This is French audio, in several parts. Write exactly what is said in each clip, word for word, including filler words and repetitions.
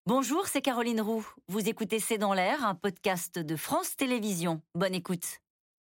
Bonjour, c'est Caroline Roux. Vous écoutez C'est dans l'air, un podcast de France Télévisions. Bonne écoute.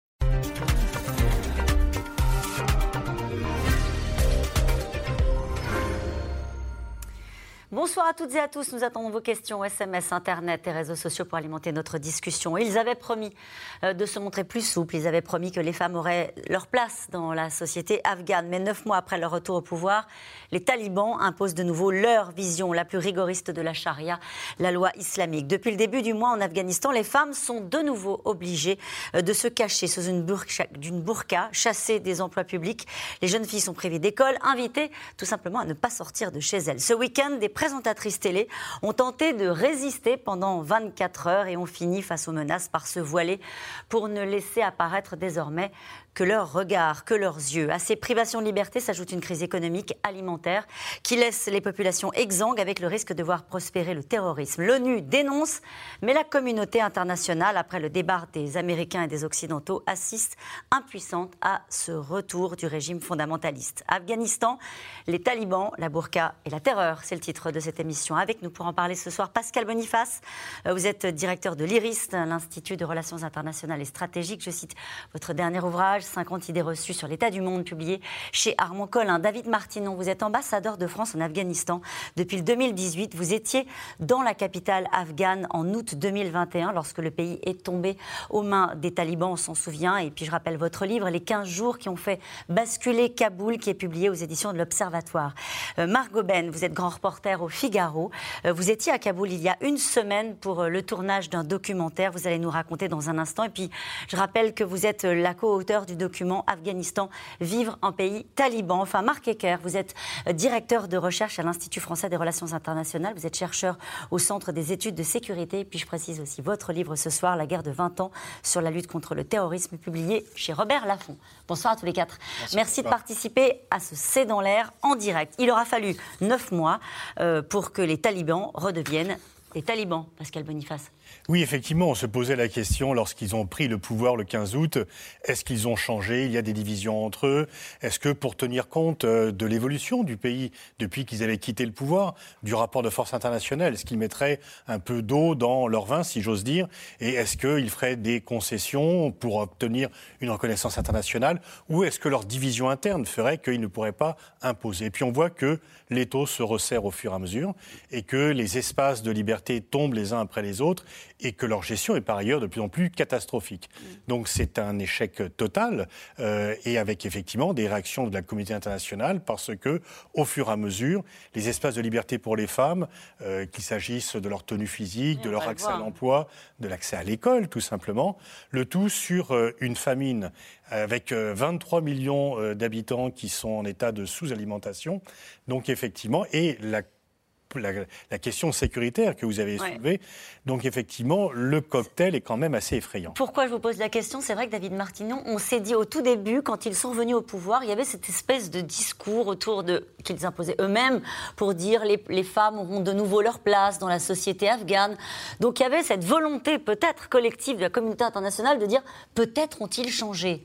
Bonsoir à toutes et à tous. Nous attendons vos questions, S M S, Internet et réseaux sociaux pour alimenter notre discussion. Ils avaient promis de se montrer plus souples. Ils avaient promis que les femmes auraient leur place dans la société afghane. Mais neuf mois après leur retour au pouvoir, les talibans imposent de nouveau leur vision la plus rigoriste de la charia, la loi islamique. Depuis le début du mois en Afghanistan, les femmes sont de nouveau obligées de se cacher sous une burqa, d'une burqa, chassées des emplois publics. Les jeunes filles sont privées d'école, invitées tout simplement à ne pas sortir de chez elles. Ce week-end, des présentatrices télé ont tenté de résister pendant vingt-quatre heures et ont fini face aux menaces par se voiler pour ne laisser apparaître désormais que leurs regards, que leurs yeux. À ces privations de liberté s'ajoute une crise économique, alimentaire, qui laisse les populations exsangues avec le risque de voir prospérer le terrorisme. L'ONU dénonce, mais la communauté internationale, après le départ des Américains et des Occidentaux, assiste impuissante à ce retour du régime fondamentaliste. Afghanistan, les talibans, la burqa et la terreur, c'est le titre de cette émission. Avec nous pour en parler ce soir, Pascal Boniface. Vous êtes directeur de l'I R I S T, l'Institut de Relations Internationales et Stratégiques. Je cite votre dernier ouvrage, cinquante idées reçues sur l'état du monde, publié chez Armand Collin. David Martinon, vous êtes ambassadeur de France en Afghanistan depuis le deux mille dix-huit. Vous étiez dans la capitale afghane en août deux mille vingt et un, lorsque le pays est tombé aux mains des talibans, on s'en souvient. Et puis je rappelle votre livre, Les quinze jours qui ont fait basculer Kaboul, qui est publié aux éditions de l'Observatoire. Euh, Marc Goben, vous êtes grand reporter au Figaro. Euh, vous étiez à Kaboul il y a une semaine pour euh, le tournage d'un documentaire. Vous allez nous raconter dans un instant. Et puis je rappelle que vous êtes la co-auteur du document Afghanistan, vivre en pays taliban. Enfin, Marc Ecker, vous êtes directeur de recherche à l'Institut français des relations internationales. Vous êtes chercheur au Centre des études de sécurité. Et puis je précise aussi votre livre ce soir, La guerre de vingt ans sur la lutte contre le terrorisme, publié chez Robert Laffont. Bonsoir à tous les quatre. Merci, Merci de participer à ce C'est dans l'air en direct. Il aura fallu neuf mois euh, pour que les talibans redeviennent des talibans, Pascal Boniface. Oui, effectivement, on se posait la question lorsqu'ils ont pris le pouvoir le quinze août, est-ce qu'ils ont changé? Il y a des divisions entre eux. Est-ce que pour tenir compte de l'évolution du pays depuis qu'ils avaient quitté le pouvoir, du rapport de force internationale, est-ce qu'ils mettraient un peu d'eau dans leur vin, si j'ose dire? Et est-ce qu'ils feraient des concessions pour obtenir une reconnaissance internationale? Ou est-ce que leur division interne ferait qu'ils ne pourraient pas imposer? Et puis on voit que l'étau se resserre au fur et à mesure et que les espaces de liberté tombent les uns après les autres et que leur gestion est par ailleurs de plus en plus catastrophique. Donc c'est un échec total euh, et avec effectivement des réactions de la communauté internationale parce que, au fur et à mesure, les espaces de liberté pour les femmes, euh, qu'il s'agisse de leur tenue physique, de leur accès à l'emploi, de l'accès à l'école tout simplement, le tout sur euh, une famine avec euh, vingt-trois millions euh, d'habitants qui sont en état de sous-alimentation. Donc effectivement, et la La, la question sécuritaire que vous avez soulevée. Ouais. Donc effectivement, le cocktail est quand même assez effrayant. Pourquoi je vous pose la question? C'est vrai que David Martinon, on s'est dit au tout début, quand ils sont venus au pouvoir, il y avait cette espèce de discours autour de qu'ils imposaient eux-mêmes pour dire les, les femmes auront de nouveau leur place dans la société afghane. Donc il y avait cette volonté peut-être collective de la communauté internationale de dire peut-être ont-ils changé.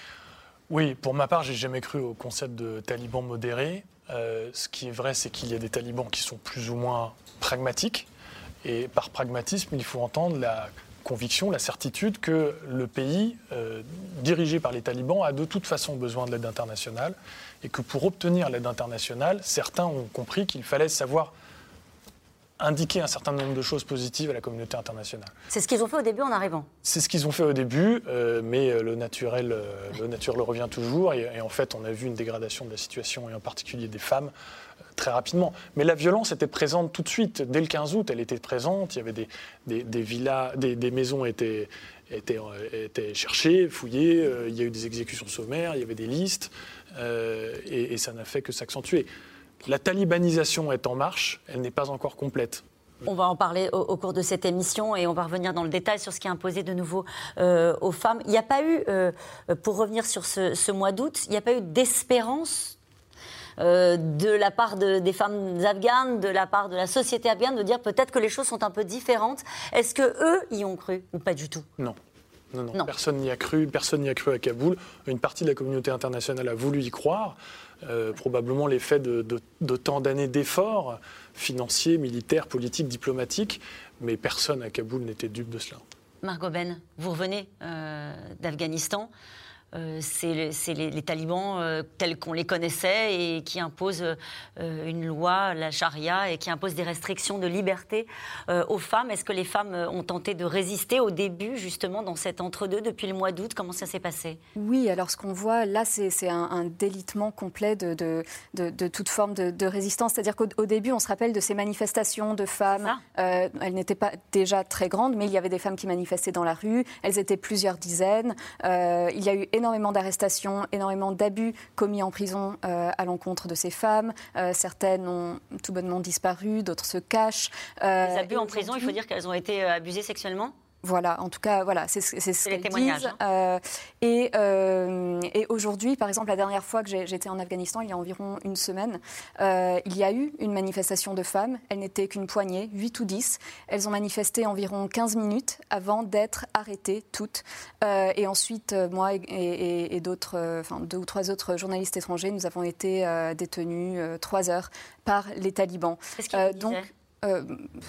Oui, pour ma part, j'ai jamais cru au concept de talibans modérés. Euh, ce qui est vrai, c'est qu'il y a des talibans qui sont plus ou moins pragmatiques. Et par pragmatisme, il faut entendre la conviction, la certitude que le pays, euh, dirigé par les talibans, a de toute façon besoin de l'aide internationale. Et que pour obtenir l'aide internationale, certains ont compris qu'il fallait savoir indiquer un certain nombre de choses positives à la communauté internationale. C'est ce qu'ils ont fait au début en arrivant. C'est ce qu'ils ont fait au début, euh, mais le naturel, euh, le naturel revient toujours. Et, et en fait, on a vu une dégradation de la situation, et en particulier des femmes, euh, très rapidement. Mais la violence était présente tout de suite. Dès le quinze août, elle était présente. Il y avait des, des, des villas, des, des maisons étaient, étaient, étaient cherchées, fouillées. Euh, il y a eu des exécutions sommaires, il y avait des listes. Euh, et, et ça n'a fait que s'accentuer. La talibanisation est en marche, elle n'est pas encore complète. On va en parler au, au cours de cette émission et on va revenir dans le détail sur ce qui est imposé de nouveau euh, aux femmes. Il n'y a pas eu, euh, pour revenir sur ce, ce mois d'août, il n'y a pas eu d'espérance euh, de la part de, des femmes afghanes, de la part de la société afghane, de dire peut-être que les choses sont un peu différentes. Est-ce qu'eux y ont cru ou pas du tout? Non. Non, non, non. Personne n'y a cru, personne n'y a cru à Kaboul. Une partie de la communauté internationale a voulu y croire. euh, probablement l'effet de, de, de tant d'années d'efforts financiers, militaires, politiques, diplomatiques, mais personne à Kaboul n'était dupe de cela. Margot Ben, vous revenez euh, d'Afghanistan. Euh, c'est les, c'est les, les talibans euh, tels qu'on les connaissait et qui imposent euh, une loi, la charia, et qui imposent des restrictions de liberté euh, aux femmes. Est-ce que les femmes ont tenté de résister au début, justement, dans cet entre-deux, depuis le mois d'août? Comment ça s'est passé? Oui, alors ce qu'on voit là, c'est, c'est un, un délitement complet de, de, de, de toute forme de, de résistance. C'est-à-dire qu'au au début, on se rappelle de ces manifestations de femmes. Euh, elles n'étaient pas déjà très grandes, mais il y avait des femmes qui manifestaient dans la rue. Elles étaient plusieurs dizaines. Euh, il y a eu énormément d'arrestations, énormément d'abus commis en prison euh, à l'encontre de ces femmes. Euh, certaines ont tout bonnement disparu, d'autres se cachent. Euh, Les abus en prison, il faut dire qu'elles ont été abusées sexuellement ? Voilà, en tout cas, voilà, c'est, c'est, c'est ce qu'elles disent. Hein. Euh, et, euh, et aujourd'hui, par exemple, la dernière fois que j'ai, j'étais en Afghanistan, il y a environ une semaine, euh, il y a eu une manifestation de femmes. Elles n'étaient qu'une poignée, huit ou dix. Elles ont manifesté environ quinze minutes avant d'être arrêtées toutes. Euh, et ensuite, moi et, et, et d'autres, euh, enfin deux ou trois autres journalistes étrangers, nous avons été euh, détenus euh, trois heures par les talibans. Qu'est-ce qu'ils euh, donc, Euh,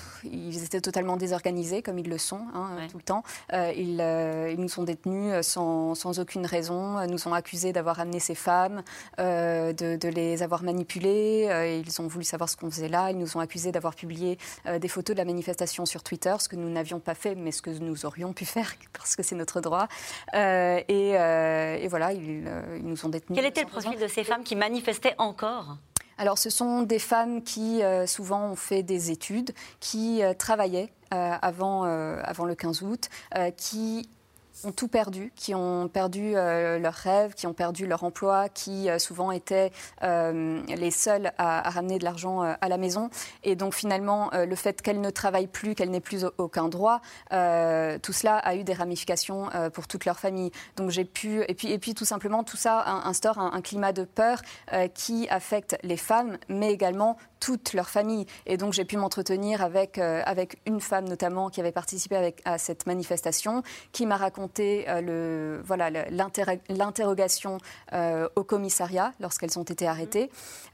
ils étaient totalement désorganisés, comme ils le sont hein, ouais. tout le temps. Euh, ils, euh, ils nous ont détenus sans, sans aucune raison, ils nous ont accusés d'avoir amené ces femmes, euh, de, de les avoir manipulées. Euh, ils ont voulu savoir ce qu'on faisait là. Ils nous ont accusés d'avoir publié euh, des photos de la manifestation sur Twitter, ce que nous n'avions pas fait, mais ce que nous aurions pu faire, parce que c'est notre droit. Euh, et, euh, et voilà, ils, euh, ils nous ont détenus. Quel était le profil raison. de ces femmes qui manifestaient encore ? Alors, ce sont des femmes qui, euh, souvent, ont fait des études, qui euh, travaillaient euh, avant, euh, avant le quinze août, euh, qui ont tout perdu, qui ont perdu euh, leurs rêves, qui ont perdu leur emploi, qui euh, souvent étaient euh, les seuls à, à ramener de l'argent euh, à la maison. Et donc finalement, euh, le fait qu'elles ne travaillent plus, qu'elles n'aient plus aucun droit, euh, tout cela a eu des ramifications euh, pour toute leur famille. Donc j'ai pu, et puis, et puis tout simplement, tout ça instaure un, un climat de peur euh, qui affecte les femmes, mais également toute leur famille. Et donc j'ai pu m'entretenir avec, euh, avec une femme notamment qui avait participé avec, à cette manifestation, qui m'a raconté euh, le, voilà, l'inter- l'interrogation euh, au commissariat lorsqu'elles ont été arrêtées.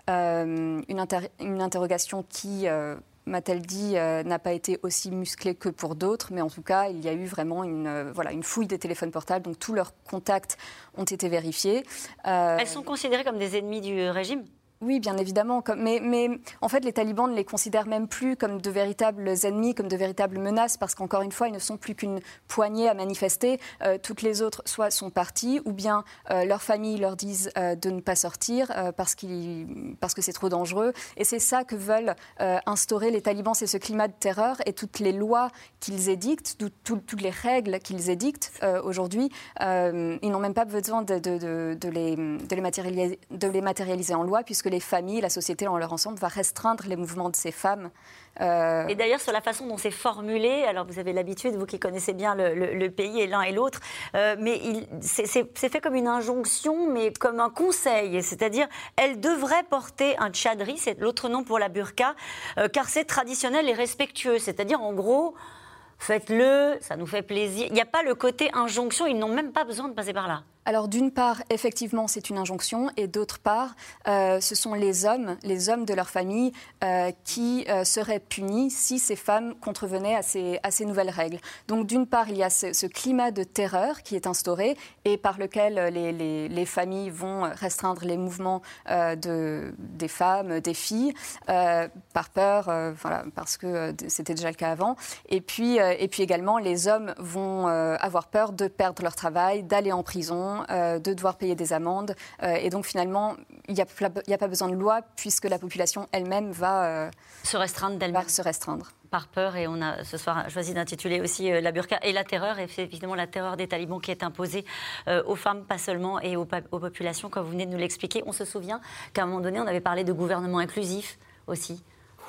Euh, une, inter- une interrogation qui... Euh, m'a-t-elle dit, euh, n'a pas été aussi musclée que pour d'autres, mais en tout cas, il y a eu vraiment une, euh, voilà, une fouille des téléphones portables, donc tous leurs contacts ont été vérifiés. Euh... Elles sont considérées comme des ennemis du régime ? Oui, bien évidemment. Mais, mais en fait, les talibans ne les considèrent même plus comme de véritables ennemis, comme de véritables menaces, parce qu'encore une fois, ils ne sont plus qu'une poignée à manifester. Euh, toutes les autres, soit sont parties, ou bien euh, leurs familles leur disent euh, de ne pas sortir euh, parce, qu'ils, parce que c'est trop dangereux. Et c'est ça que veulent euh, instaurer les talibans, c'est ce climat de terreur et toutes les lois qu'ils édictent, tout, tout, toutes les règles qu'ils édictent euh, aujourd'hui. Euh, ils n'ont même pas besoin de, de, de, de, les, de, les matérialiser, de les matérialiser en loi, puisque les familles, la société en leur ensemble va restreindre les mouvements de ces femmes. Euh... Et d'ailleurs, sur la façon dont c'est formulé, alors vous avez l'habitude, vous qui connaissez bien le, le, le pays et l'un et l'autre, euh, mais il, c'est, c'est, c'est fait comme une injonction, mais comme un conseil. C'est-à-dire, elle devrait porter un tchadri, c'est l'autre nom pour la burqa, euh, car c'est traditionnel et respectueux. C'est-à-dire, en gros, faites-le, ça nous fait plaisir. Il n'y a pas le côté injonction, ils n'ont même pas besoin de passer par là. Alors d'une part, effectivement, c'est une injonction, et d'autre part, euh, ce sont les hommes, les hommes de leur famille euh, qui euh, seraient punis si ces femmes contrevenaient à ces, à ces nouvelles règles. Donc d'une part, il y a ce, ce climat de terreur qui est instauré et par lequel les, les, les familles vont restreindre les mouvements euh, de, des femmes, des filles, euh, par peur, euh, voilà, parce que euh, c'était déjà le cas avant. Et puis, euh, et puis également, les hommes vont euh, avoir peur de perdre leur travail, d'aller en prison, Euh, de devoir payer des amendes. Euh, et donc, finalement, il n'y a, a pas besoin de loi puisque la population elle-même va, euh, se, restreindre d'elle-même. va se restreindre. Par peur, et on a ce soir choisi d'intituler aussi euh, la burqa et la terreur, et c'est évidemment la terreur des talibans qui est imposée euh, aux femmes, pas seulement, et aux, aux populations, comme vous venez de nous l'expliquer. On se souvient qu'à un moment donné, on avait parlé de gouvernement inclusif aussi.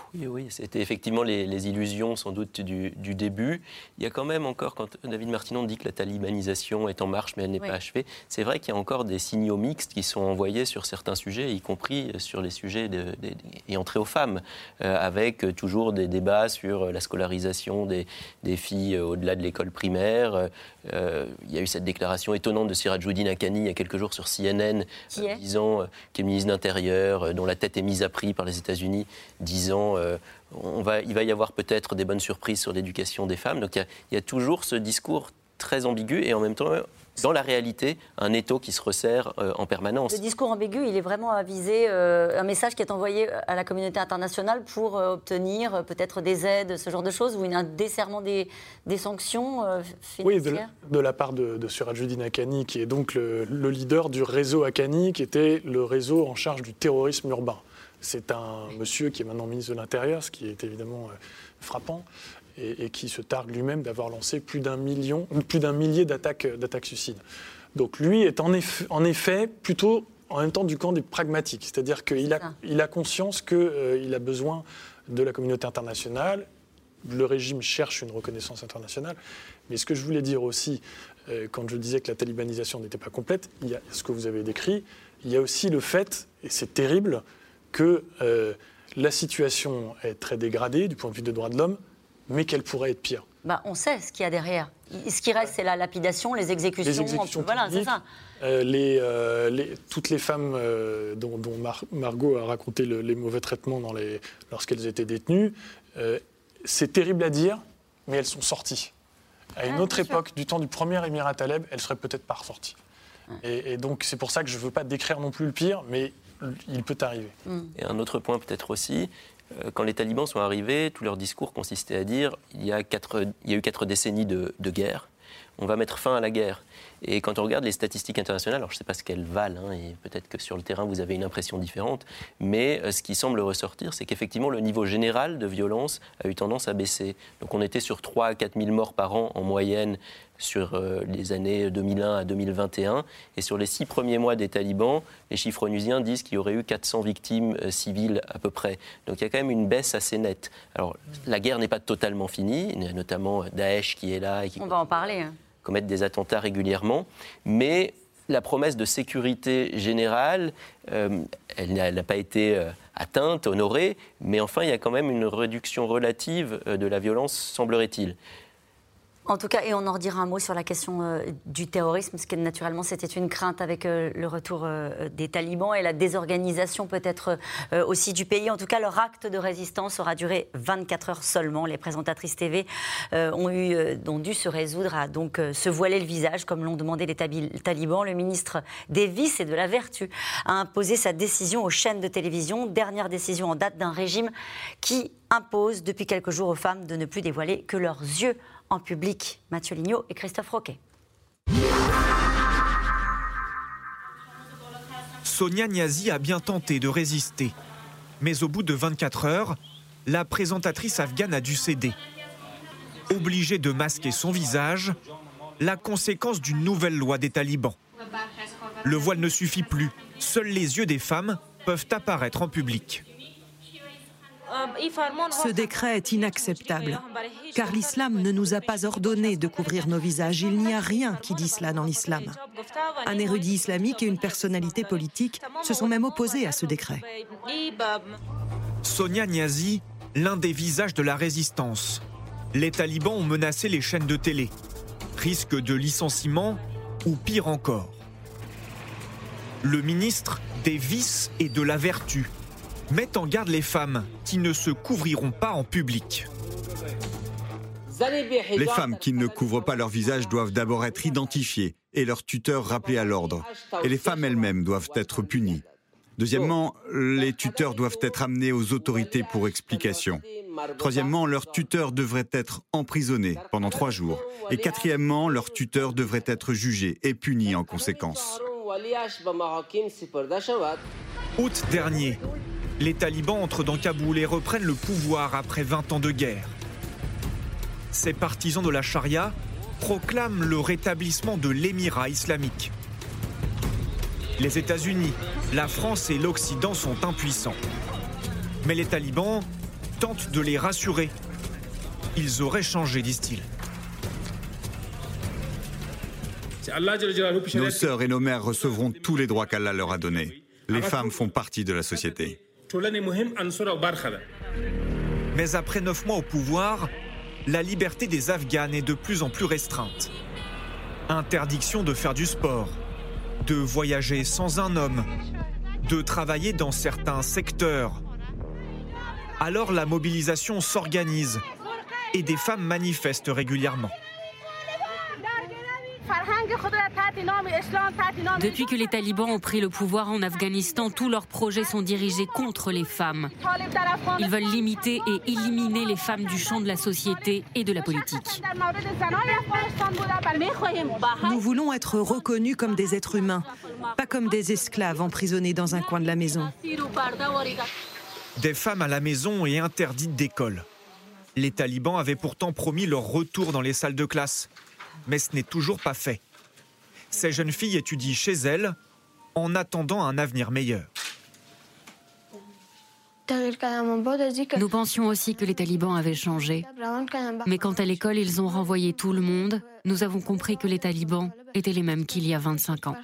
Oui, oui, c'était effectivement les, les illusions sans doute du, du début. Il y a quand même encore, quand David Martinon dit que la talibanisation est en marche mais elle n'est oui. pas achevée, c'est vrai qu'il y a encore des signaux mixtes qui sont envoyés sur certains sujets, y compris sur les sujets de, de, de, ayant trait aux femmes, euh, avec toujours des débats sur la scolarisation des, des filles au-delà de l'école primaire. Euh, il y a eu cette déclaration étonnante de Sirajuddin Haqqani il y a quelques jours sur C N N, euh, disant, euh, qui est ministre de l'Intérieur, euh, dont la tête est mise à prix par les États-Unis, disant euh, on va, il va y avoir peut-être des bonnes surprises sur l'éducation des femmes. Donc il y a, il y a toujours ce discours très ambigu et en même temps, dans la réalité, un étau qui se resserre euh, en permanence. Le discours ambigu, il est vraiment à viser euh, un message qui est envoyé à la communauté internationale pour euh, obtenir euh, peut-être des aides, ce genre de choses, ou un desserrement des, des sanctions euh, financières. Oui, de la, de la part de, de Sirajuddin Haqqani, qui est donc le, le leader du réseau Haqqani, qui était le réseau en charge du terrorisme urbain. C'est un monsieur qui est maintenant ministre de l'Intérieur, ce qui est évidemment euh, frappant, et, et qui se targue lui-même d'avoir lancé plus d'un million, plus d'un millier d'attaques, d'attaques suicides. Donc lui est en effet, en effet plutôt en même temps du camp des pragmatiques, c'est-à-dire qu'il a, il a conscience qu'il euh, a besoin de la communauté internationale. Le régime cherche une reconnaissance internationale. Mais ce que je voulais dire aussi, euh, quand je disais que la talibanisation n'était pas complète, il y a ce que vous avez décrit, il y a aussi le fait, et c'est terrible, que euh, la situation est très dégradée du point de vue des droits de l'homme, mais qu'elle pourrait être pire. Bah, on sait ce qu'il y a derrière. Ce qui reste, c'est la lapidation, les exécutions. Les exécutions voilà, c'est ça. Euh, les, euh, les, toutes les femmes euh, dont, dont Mar- Margot a raconté le, les mauvais traitements dans les, lorsqu'elles étaient détenues, euh, c'est terrible à dire, mais elles sont sorties. À une ah, autre époque, sûr. du temps du premier émirat Taleb, elles ne seraient peut-être pas ressorties. Ah. Et, et donc, c'est pour ça que je ne veux pas décrire non plus le pire, mais il peut arriver. Et un autre point peut-être aussi, euh, quand les talibans sont arrivés, tout leur discours consistait à dire il y a, quatre, il y a eu quatre décennies de, de guerre, on va mettre fin à la guerre. Et quand on regarde les statistiques internationales, alors je ne sais pas ce qu'elles valent, hein, et peut-être que sur le terrain vous avez une impression différente, mais euh, ce qui semble ressortir, c'est qu'effectivement le niveau général de violence a eu tendance à baisser. Donc on était sur trois à quatre mille morts par an en moyenne sur euh, les années deux mille un à deux mille vingt et un. Et sur les six premiers mois des talibans, les chiffres onusiens disent qu'il y aurait eu quatre cents victimes euh, civiles à peu près. Donc il y a quand même une baisse assez nette. Alors la guerre n'est pas totalement finie, il y a notamment Daesh qui est là et qui... On va en parler, hein. commettent des attentats régulièrement, mais la promesse de sécurité générale, euh, elle n'a pas été euh, atteinte, honorée, mais enfin, il y a quand même une réduction relative euh, de la violence, semblerait-il. En tout cas, et on en redira un mot sur la question euh, du terrorisme, parce que naturellement, c'était une crainte avec euh, le retour euh, des talibans et la désorganisation peut-être euh, aussi du pays. En tout cas, leur acte de résistance aura duré vingt-quatre heures seulement. Les présentatrices T V euh, ont, eu, euh, ont dû se résoudre à donc, euh, se voiler le visage, comme l'ont demandé les tabi- talibans. Le ministre des Vices et de la Vertu a imposé sa décision aux chaînes de télévision. Dernière décision en date d'un régime qui impose depuis quelques jours aux femmes de ne plus dévoiler que leurs yeux en public. Mathieu Lignot et Christophe Roquet. Sonia Niazi a bien tenté de résister. Mais au bout de vingt-quatre heures, la présentatrice afghane a dû céder. Obligée de masquer son visage, la conséquence d'une nouvelle loi des talibans. Le voile ne suffit plus. Seuls les yeux des femmes peuvent apparaître en public. Ce décret est inacceptable, car l'islam ne nous a pas ordonné de couvrir nos visages. Il n'y a rien qui dit cela dans l'islam. Un érudit islamique et une personnalité politique se sont même opposés à ce décret. Sonia Niazi, l'un des visages de la résistance. Les talibans ont menacé les chaînes de télé. Risque de licenciement ou pire encore. Le ministre des Vices et de la Vertu met en garde les femmes qui ne se couvriront pas en public. Les femmes qui ne couvrent pas leur visage doivent d'abord être identifiées et leurs tuteurs rappelés à l'ordre. Et les femmes elles-mêmes doivent être punies. Deuxièmement, les tuteurs doivent être amenés aux autorités pour explication. Troisièmement, leurs tuteurs devraient être emprisonnés pendant trois jours. Et quatrièmement, leurs tuteurs devraient être jugés et punis en conséquence. Août dernier, les talibans entrent dans Kaboul et reprennent le pouvoir après vingt ans de guerre. Ces partisans de la charia proclament le rétablissement de l'émirat islamique. Les États-Unis, la France et l'Occident sont impuissants. Mais les talibans tentent de les rassurer. Ils auraient changé, disent-ils. Nos sœurs et nos mères recevront tous les droits qu'Allah leur a donnés. Les femmes font partie de la société. Mais après neuf mois au pouvoir, la liberté des Afghanes est de plus en plus restreinte. Interdiction de faire du sport, de voyager sans un homme, de travailler dans certains secteurs. Alors la mobilisation s'organise et des femmes manifestent régulièrement. Depuis que les talibans ont pris le pouvoir en Afghanistan, tous leurs projets sont dirigés contre les femmes. Ils veulent limiter et éliminer les femmes du champ de la société et de la politique. Nous voulons être reconnus comme des êtres humains, pas comme des esclaves emprisonnés dans un coin de la maison. Des femmes à la maison et interdites d'école. Les talibans avaient pourtant promis leur retour dans les salles de classe. Mais ce n'est toujours pas fait. Ces jeunes filles étudient chez elles en attendant un avenir meilleur. Nous pensions aussi que les talibans avaient changé. Mais quand à l'école ils ont renvoyé tout le monde, nous avons compris que les talibans étaient les mêmes qu'il y a vingt-cinq ans.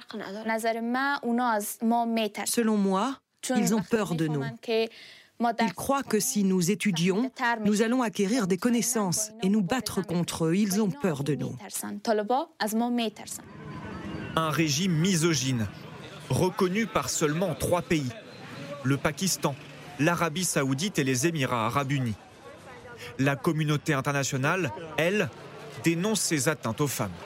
Selon moi, ils ont peur de nous. Ils croient que si nous étudions, nous allons acquérir des connaissances et nous battre contre eux. Ils ont peur de nous. Un régime misogyne, reconnu par seulement trois pays. Le Pakistan, l'Arabie saoudite et les Émirats arabes unis. La communauté internationale, elle, dénonce ces atteintes aux femmes.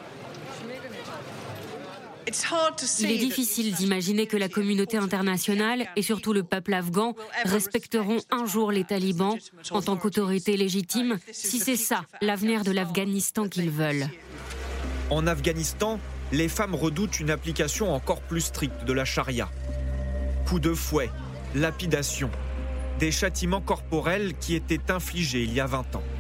Il est difficile d'imaginer que la communauté internationale et surtout le peuple afghan respecteront un jour les talibans en tant qu'autorité légitime, si c'est ça l'avenir de l'Afghanistan qu'ils veulent. En Afghanistan, les femmes redoutent une application encore plus stricte de la charia. Coups de fouet, lapidation, des châtiments corporels qui étaient infligés il y a vingt ans.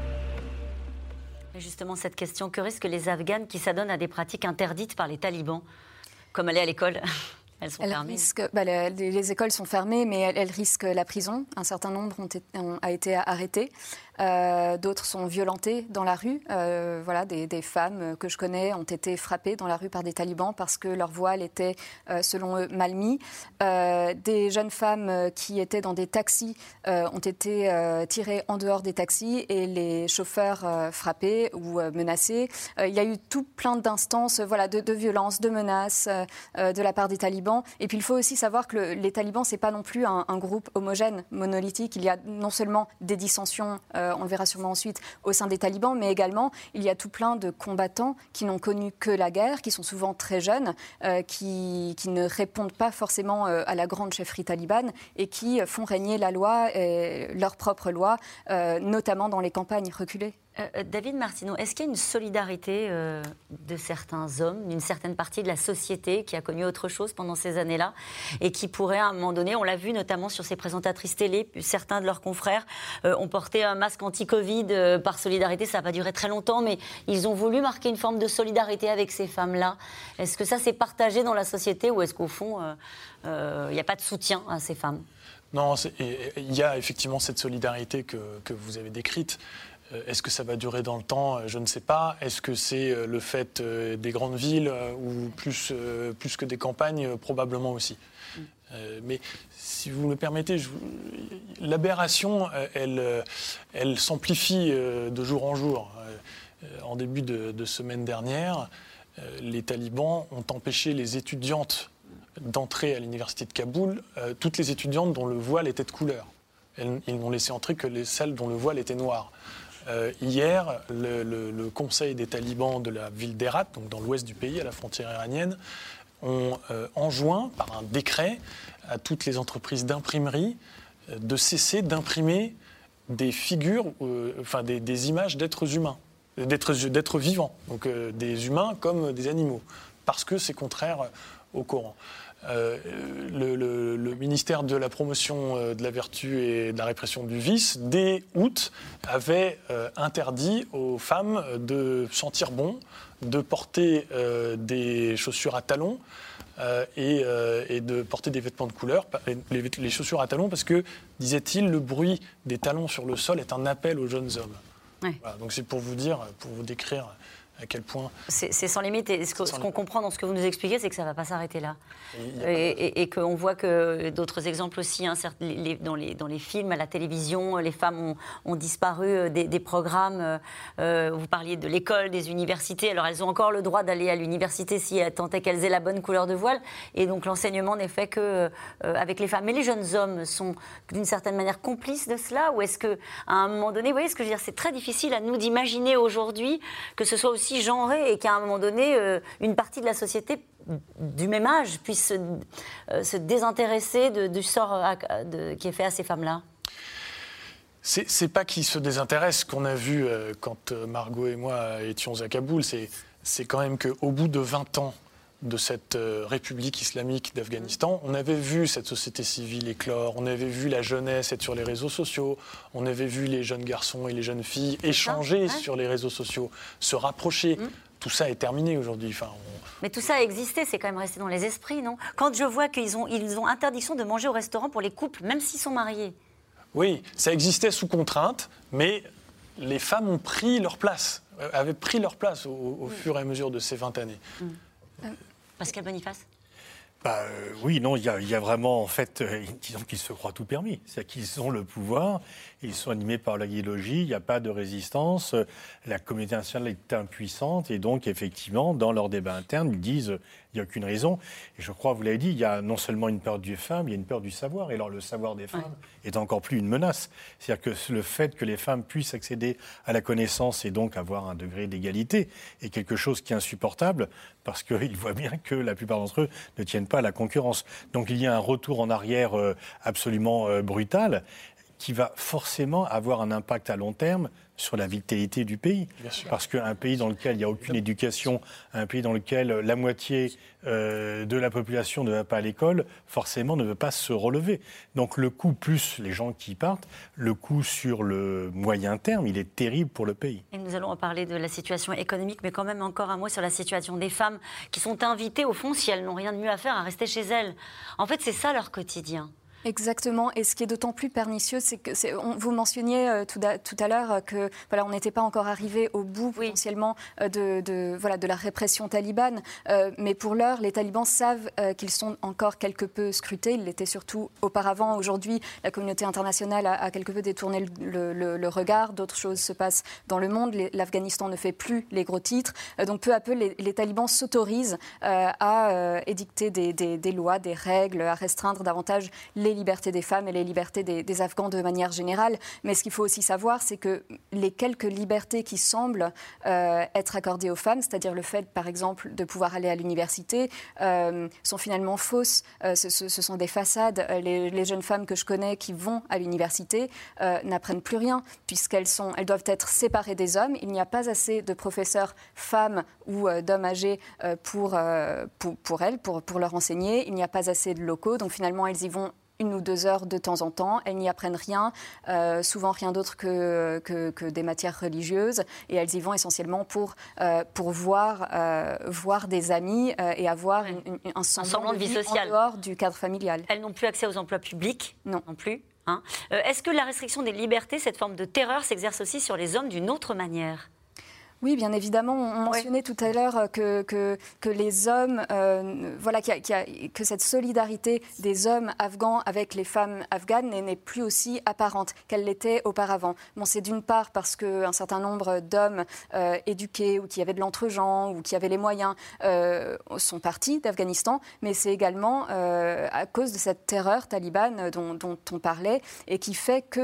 Justement, cette question, que risquent les Afghanes qui s'adonnent à des pratiques interdites par les talibans, comme aller à l'école? Elles sont elles fermées. Risquent, bah, les, les écoles sont fermées, mais elles, elles risquent la prison. Un certain nombre ont été, ont, a été arrêtés. Euh, d'autres sont violentées dans la rue. Euh, voilà, des, des femmes que je connais ont été frappées dans la rue par des talibans parce que leur voile était, euh, selon eux, mal mis. Euh, des jeunes femmes qui étaient dans des taxis euh, ont été euh, tirées en dehors des taxis et les chauffeurs euh, frappés ou euh, menacés. Euh, il y a eu tout plein d'instances voilà, de, de violences, de menaces euh, de la part des talibans. Et puis il faut aussi savoir que le, les talibans, ce n'est pas non plus un, un groupe homogène, monolithique. Il y a non seulement des dissensions, euh, on le verra sûrement ensuite, au sein des talibans, mais également il y a tout plein de combattants qui n'ont connu que la guerre, qui sont souvent très jeunes, euh, qui, qui ne répondent pas forcément euh, à la grande chefferie talibane et qui font régner la loi, et leur propre loi, euh, notamment dans les campagnes reculées. Euh, David Martineau, est-ce qu'il y a une solidarité euh, de certains hommes, d'une certaine partie de la société qui a connu autre chose pendant ces années-là et qui pourrait, à un moment donné, on l'a vu notamment sur ces présentatrices télé, certains de leurs confrères euh, ont porté un masque anti-Covid euh, par solidarité, ça n'a pas duré très longtemps, mais ils ont voulu marquer une forme de solidarité avec ces femmes-là. Est-ce que ça s'est partagé dans la société ou est-ce qu'au fond, il euh, n'y euh, a pas de soutien à ces femmes? Non, il y a effectivement cette solidarité que, que vous avez décrite. Est-ce que ça va durer dans le temps? Je ne sais pas. Est-ce que c'est le fait des grandes villes ou plus, plus que des campagnes? Probablement aussi. Mm. Mais si vous me permettez, je... l'aberration, elle, elle s'amplifie de jour en jour. En début de, de semaine dernière, les talibans ont empêché les étudiantes d'entrer à l'université de Kaboul, toutes les étudiantes dont le voile était de couleur. Elles, ils n'ont laissé entrer que les, celles dont le voile était noir. Euh, hier, le, le, le conseil des talibans de la ville d'Herat, donc dans l'ouest du pays, à la frontière iranienne, ont euh, enjoint par un décret à toutes les entreprises d'imprimerie euh, de cesser d'imprimer des figures, euh, enfin des, des images d'êtres humains, d'êtres, d'êtres vivants, donc euh, des humains comme des animaux, parce que c'est contraire au Coran. euh, le, le, le ministère de la promotion de la vertu et de la répression du vice, dès août, avait euh, interdit aux femmes de sentir bon, de porter euh, des chaussures à talons euh, et, euh, et de porter des vêtements de couleur, les, les chaussures à talons, parce que, disait-il, le bruit des talons sur le sol est un appel aux jeunes hommes. Ouais. Voilà, donc c'est pour vous dire, pour vous décrire à quel point... C'est, c'est sans limite. Et ce, que, ce qu'on comprend dans ce que vous nous expliquez, c'est que ça ne va pas s'arrêter là. Et, et, et qu'on voit que d'autres exemples aussi, hein, certes, les, dans, les, dans les films, à la télévision, les femmes ont, ont disparu des, des programmes. Euh, vous parliez de l'école, des universités. Alors elles ont encore le droit d'aller à l'université si tant est qu'elles aient la bonne couleur de voile. Et donc l'enseignement n'est fait qu'avec euh, les femmes. Mais les jeunes hommes sont d'une certaine manière complices de cela? Ou est-ce qu'à un moment donné, vous voyez ce que je veux dire, c'est très difficile à nous d'imaginer aujourd'hui que ce soit aussi genré et qu'à un moment donné, euh, une partie de la société du même âge puisse se, euh, se désintéresser de, du sort à, de, qui est fait à ces femmes-là? C'est, c'est pas qu'ils se désintéressent, qu'on a vu euh, quand Margot et moi étions à Kaboul, c'est, c'est quand même qu'au bout de vingt ans de cette euh, République islamique d'Afghanistan, on avait vu cette société civile éclore, on avait vu la jeunesse être sur les réseaux sociaux, on avait vu les jeunes garçons et les jeunes filles échanger ah, ouais. sur les réseaux sociaux, se rapprocher. Mmh. Tout ça est terminé aujourd'hui. Enfin, on... Mais tout ça a existé, c'est quand même resté dans les esprits, non? Quand je vois qu'ils ont, ils ont interdiction de manger au restaurant pour les couples, même s'ils sont mariés. Oui, ça existait sous contrainte, mais les femmes ont pris leur place, avaient pris leur place au, au mmh. fur et à mesure de ces vingt années. Mmh. Euh, Pascal Boniface? Bah, euh, oui, non, il y, y a vraiment, en fait, euh, disons qu'ils se croient tout permis. C'est-à-dire qu'ils ont le pouvoir, ils sont animés par l'idéologie, il n'y a pas de résistance, euh, la communauté internationale est impuissante, et donc, effectivement, dans leur débat interne, ils disent euh, il n'y a aucune raison. Et je crois, vous l'avez dit, il y a non seulement une peur des femmes, il y a une peur du savoir. Et alors, le savoir des femmes ouais. est encore plus une menace. C'est-à-dire que le fait que les femmes puissent accéder à la connaissance et donc avoir un degré d'égalité est quelque chose qui est insupportable, parce qu'ils voient bien que la plupart d'entre eux ne tiennent pas à la concurrence. Donc il y a un retour en arrière euh, absolument euh, brutal qui va forcément avoir un impact à long terme sur la vitalité du pays. Parce qu'un pays dans lequel il n'y a aucune éducation, un pays dans lequel la moitié euh, de la population ne va pas à l'école, forcément ne veut pas se relever. Donc le coût, plus les gens qui partent, le coût sur le moyen terme, il est terrible pour le pays. Et nous allons en parler de la situation économique, mais quand même encore un mot sur la situation des femmes qui sont invitées, au fond, si elles n'ont rien de mieux à faire, à rester chez elles. En fait, c'est ça leur quotidien. Exactement. Et ce qui est d'autant plus pernicieux, c'est que c'est, on, vous mentionniez euh, tout, à, tout à l'heure que voilà, on n'était pas encore arrivé au bout oui. potentiellement euh, de, de, voilà, de la répression talibane. Euh, mais pour l'heure, les talibans savent euh, qu'ils sont encore quelque peu scrutés. Ils l'étaient surtout auparavant. Aujourd'hui, la communauté internationale a, a quelque peu détourné le, le, le regard. D'autres choses se passent dans le monde. Les, L'Afghanistan ne fait plus les gros titres. Euh, donc peu à peu, les, les talibans s'autorisent euh, à euh, édicter des, des, des lois, des règles, à restreindre davantage les libertés des femmes et les libertés des, des Afghans de manière générale. Mais ce qu'il faut aussi savoir, c'est que les quelques libertés qui semblent euh, être accordées aux femmes, c'est-à-dire le fait, par exemple, de pouvoir aller à l'université, euh, sont finalement fausses. Euh, ce, ce, ce sont des façades. Les, les jeunes femmes que je connais qui vont à l'université euh, n'apprennent plus rien, puisqu'elles sont, elles doivent être séparées des hommes. Il n'y a pas assez de professeurs femmes ou euh, d'hommes âgés euh, pour, euh, pour, pour elles, pour, pour leur enseigner. Il n'y a pas assez de locaux, donc finalement, elles y vont une ou deux heures de temps en temps. Elles n'y apprennent rien, euh, souvent rien d'autre que, que, que des matières religieuses. Et elles y vont essentiellement pour, euh, pour voir, euh, voir des amis euh, et avoir une, une, un, semblant un semblant de vie, vie sociale en dehors du cadre familial. Elles n'ont plus accès aux emplois publics non, non plus. Hein. Euh, est-ce que la restriction des libertés, cette forme de terreur, s'exerce aussi sur les hommes d'une autre manière ? Oui, bien évidemment. On mentionnait oui. tout à l'heure que, que, que les hommes, euh, voilà, qu'il y a, qu'il y a, que cette solidarité des hommes afghans avec les femmes afghanes n'est, n'est plus aussi apparente qu'elle l'était auparavant. Bon, c'est d'une part parce qu'un certain nombre d'hommes euh, éduqués ou qui avaient de l'entre-gens ou qui avaient les moyens euh, sont partis d'Afghanistan, mais c'est également euh, à cause de cette terreur talibane dont, dont on parlait et qui fait que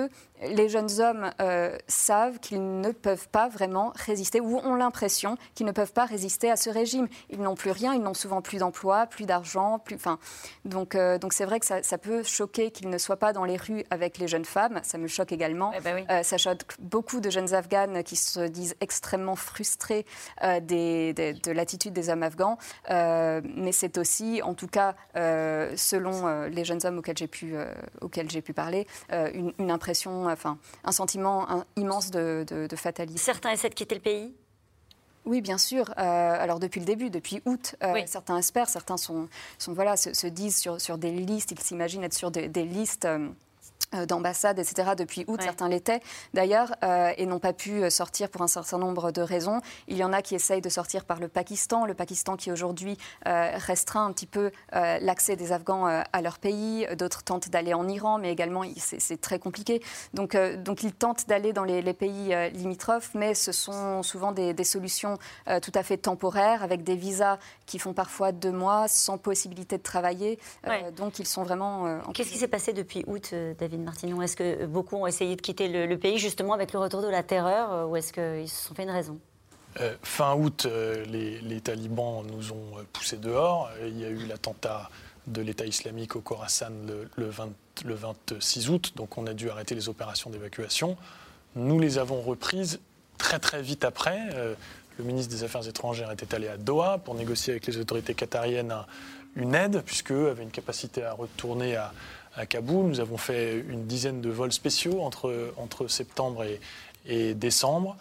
les jeunes hommes euh, savent qu'ils ne peuvent pas vraiment résister, ou ont l'impression qu'ils ne peuvent pas résister à ce régime. Ils n'ont plus rien, ils n'ont souvent plus d'emploi, plus d'argent, plus, enfin, donc euh, donc c'est vrai que ça, ça peut choquer qu'ils ne soient pas dans les rues avec les jeunes femmes. Ça me choque également. Eh ben oui. euh, ça choque beaucoup de jeunes Afghanes qui se disent extrêmement frustrés euh, des, des, de l'attitude des hommes afghans. Euh, mais c'est aussi, en tout cas, euh, selon euh, les jeunes hommes auxquels j'ai pu euh, auxquels j'ai pu parler, euh, une, une impression, enfin, un sentiment un, immense de, de, de fatalisme. Certains essaient de quitter le pays ? Oui, bien sûr. Euh, alors depuis le début, depuis août, euh, oui. certains espèrent, certains sont, sont voilà, se, se disent sur, sur des listes, ils s'imaginent être sur des, des listes. Euh, d'ambassades, et cetera, depuis août, ouais. certains l'étaient d'ailleurs, euh, et n'ont pas pu sortir pour un certain nombre de raisons. Il y en a qui essayent de sortir par le Pakistan, le Pakistan qui aujourd'hui euh, restreint un petit peu euh, l'accès des Afghans euh, à leur pays. D'autres tentent d'aller en Iran, mais également c'est, c'est très compliqué. Donc, euh, donc ils tentent d'aller dans les, les pays euh, limitrophes, mais ce sont souvent des, des solutions euh, tout à fait temporaires, avec des visas qui font parfois deux mois, sans possibilité de travailler. Ouais. Euh, donc ils sont vraiment... Euh, en Qu'est-ce qui s'est passé depuis août, euh, David Martinon? Est-ce que beaucoup ont essayé de quitter le, le pays justement avec le retour de la terreur euh, ou est-ce qu'ils se sont fait une raison? euh, Fin août, euh, les, les talibans nous ont poussés dehors. Il y a eu l'attentat de l'État islamique au Khorasan le, le, vingt, le vingt-six août, donc on a dû arrêter les opérations d'évacuation. Nous les avons reprises très très vite après. Euh, le ministre des Affaires étrangères était allé à Doha pour négocier avec les autorités qatariennes un, une aide, puisqu'eux avaient une capacité à retourner à à Kaboul. Nous avons fait une dizaine de vols spéciaux entre, entre septembre et, et décembre.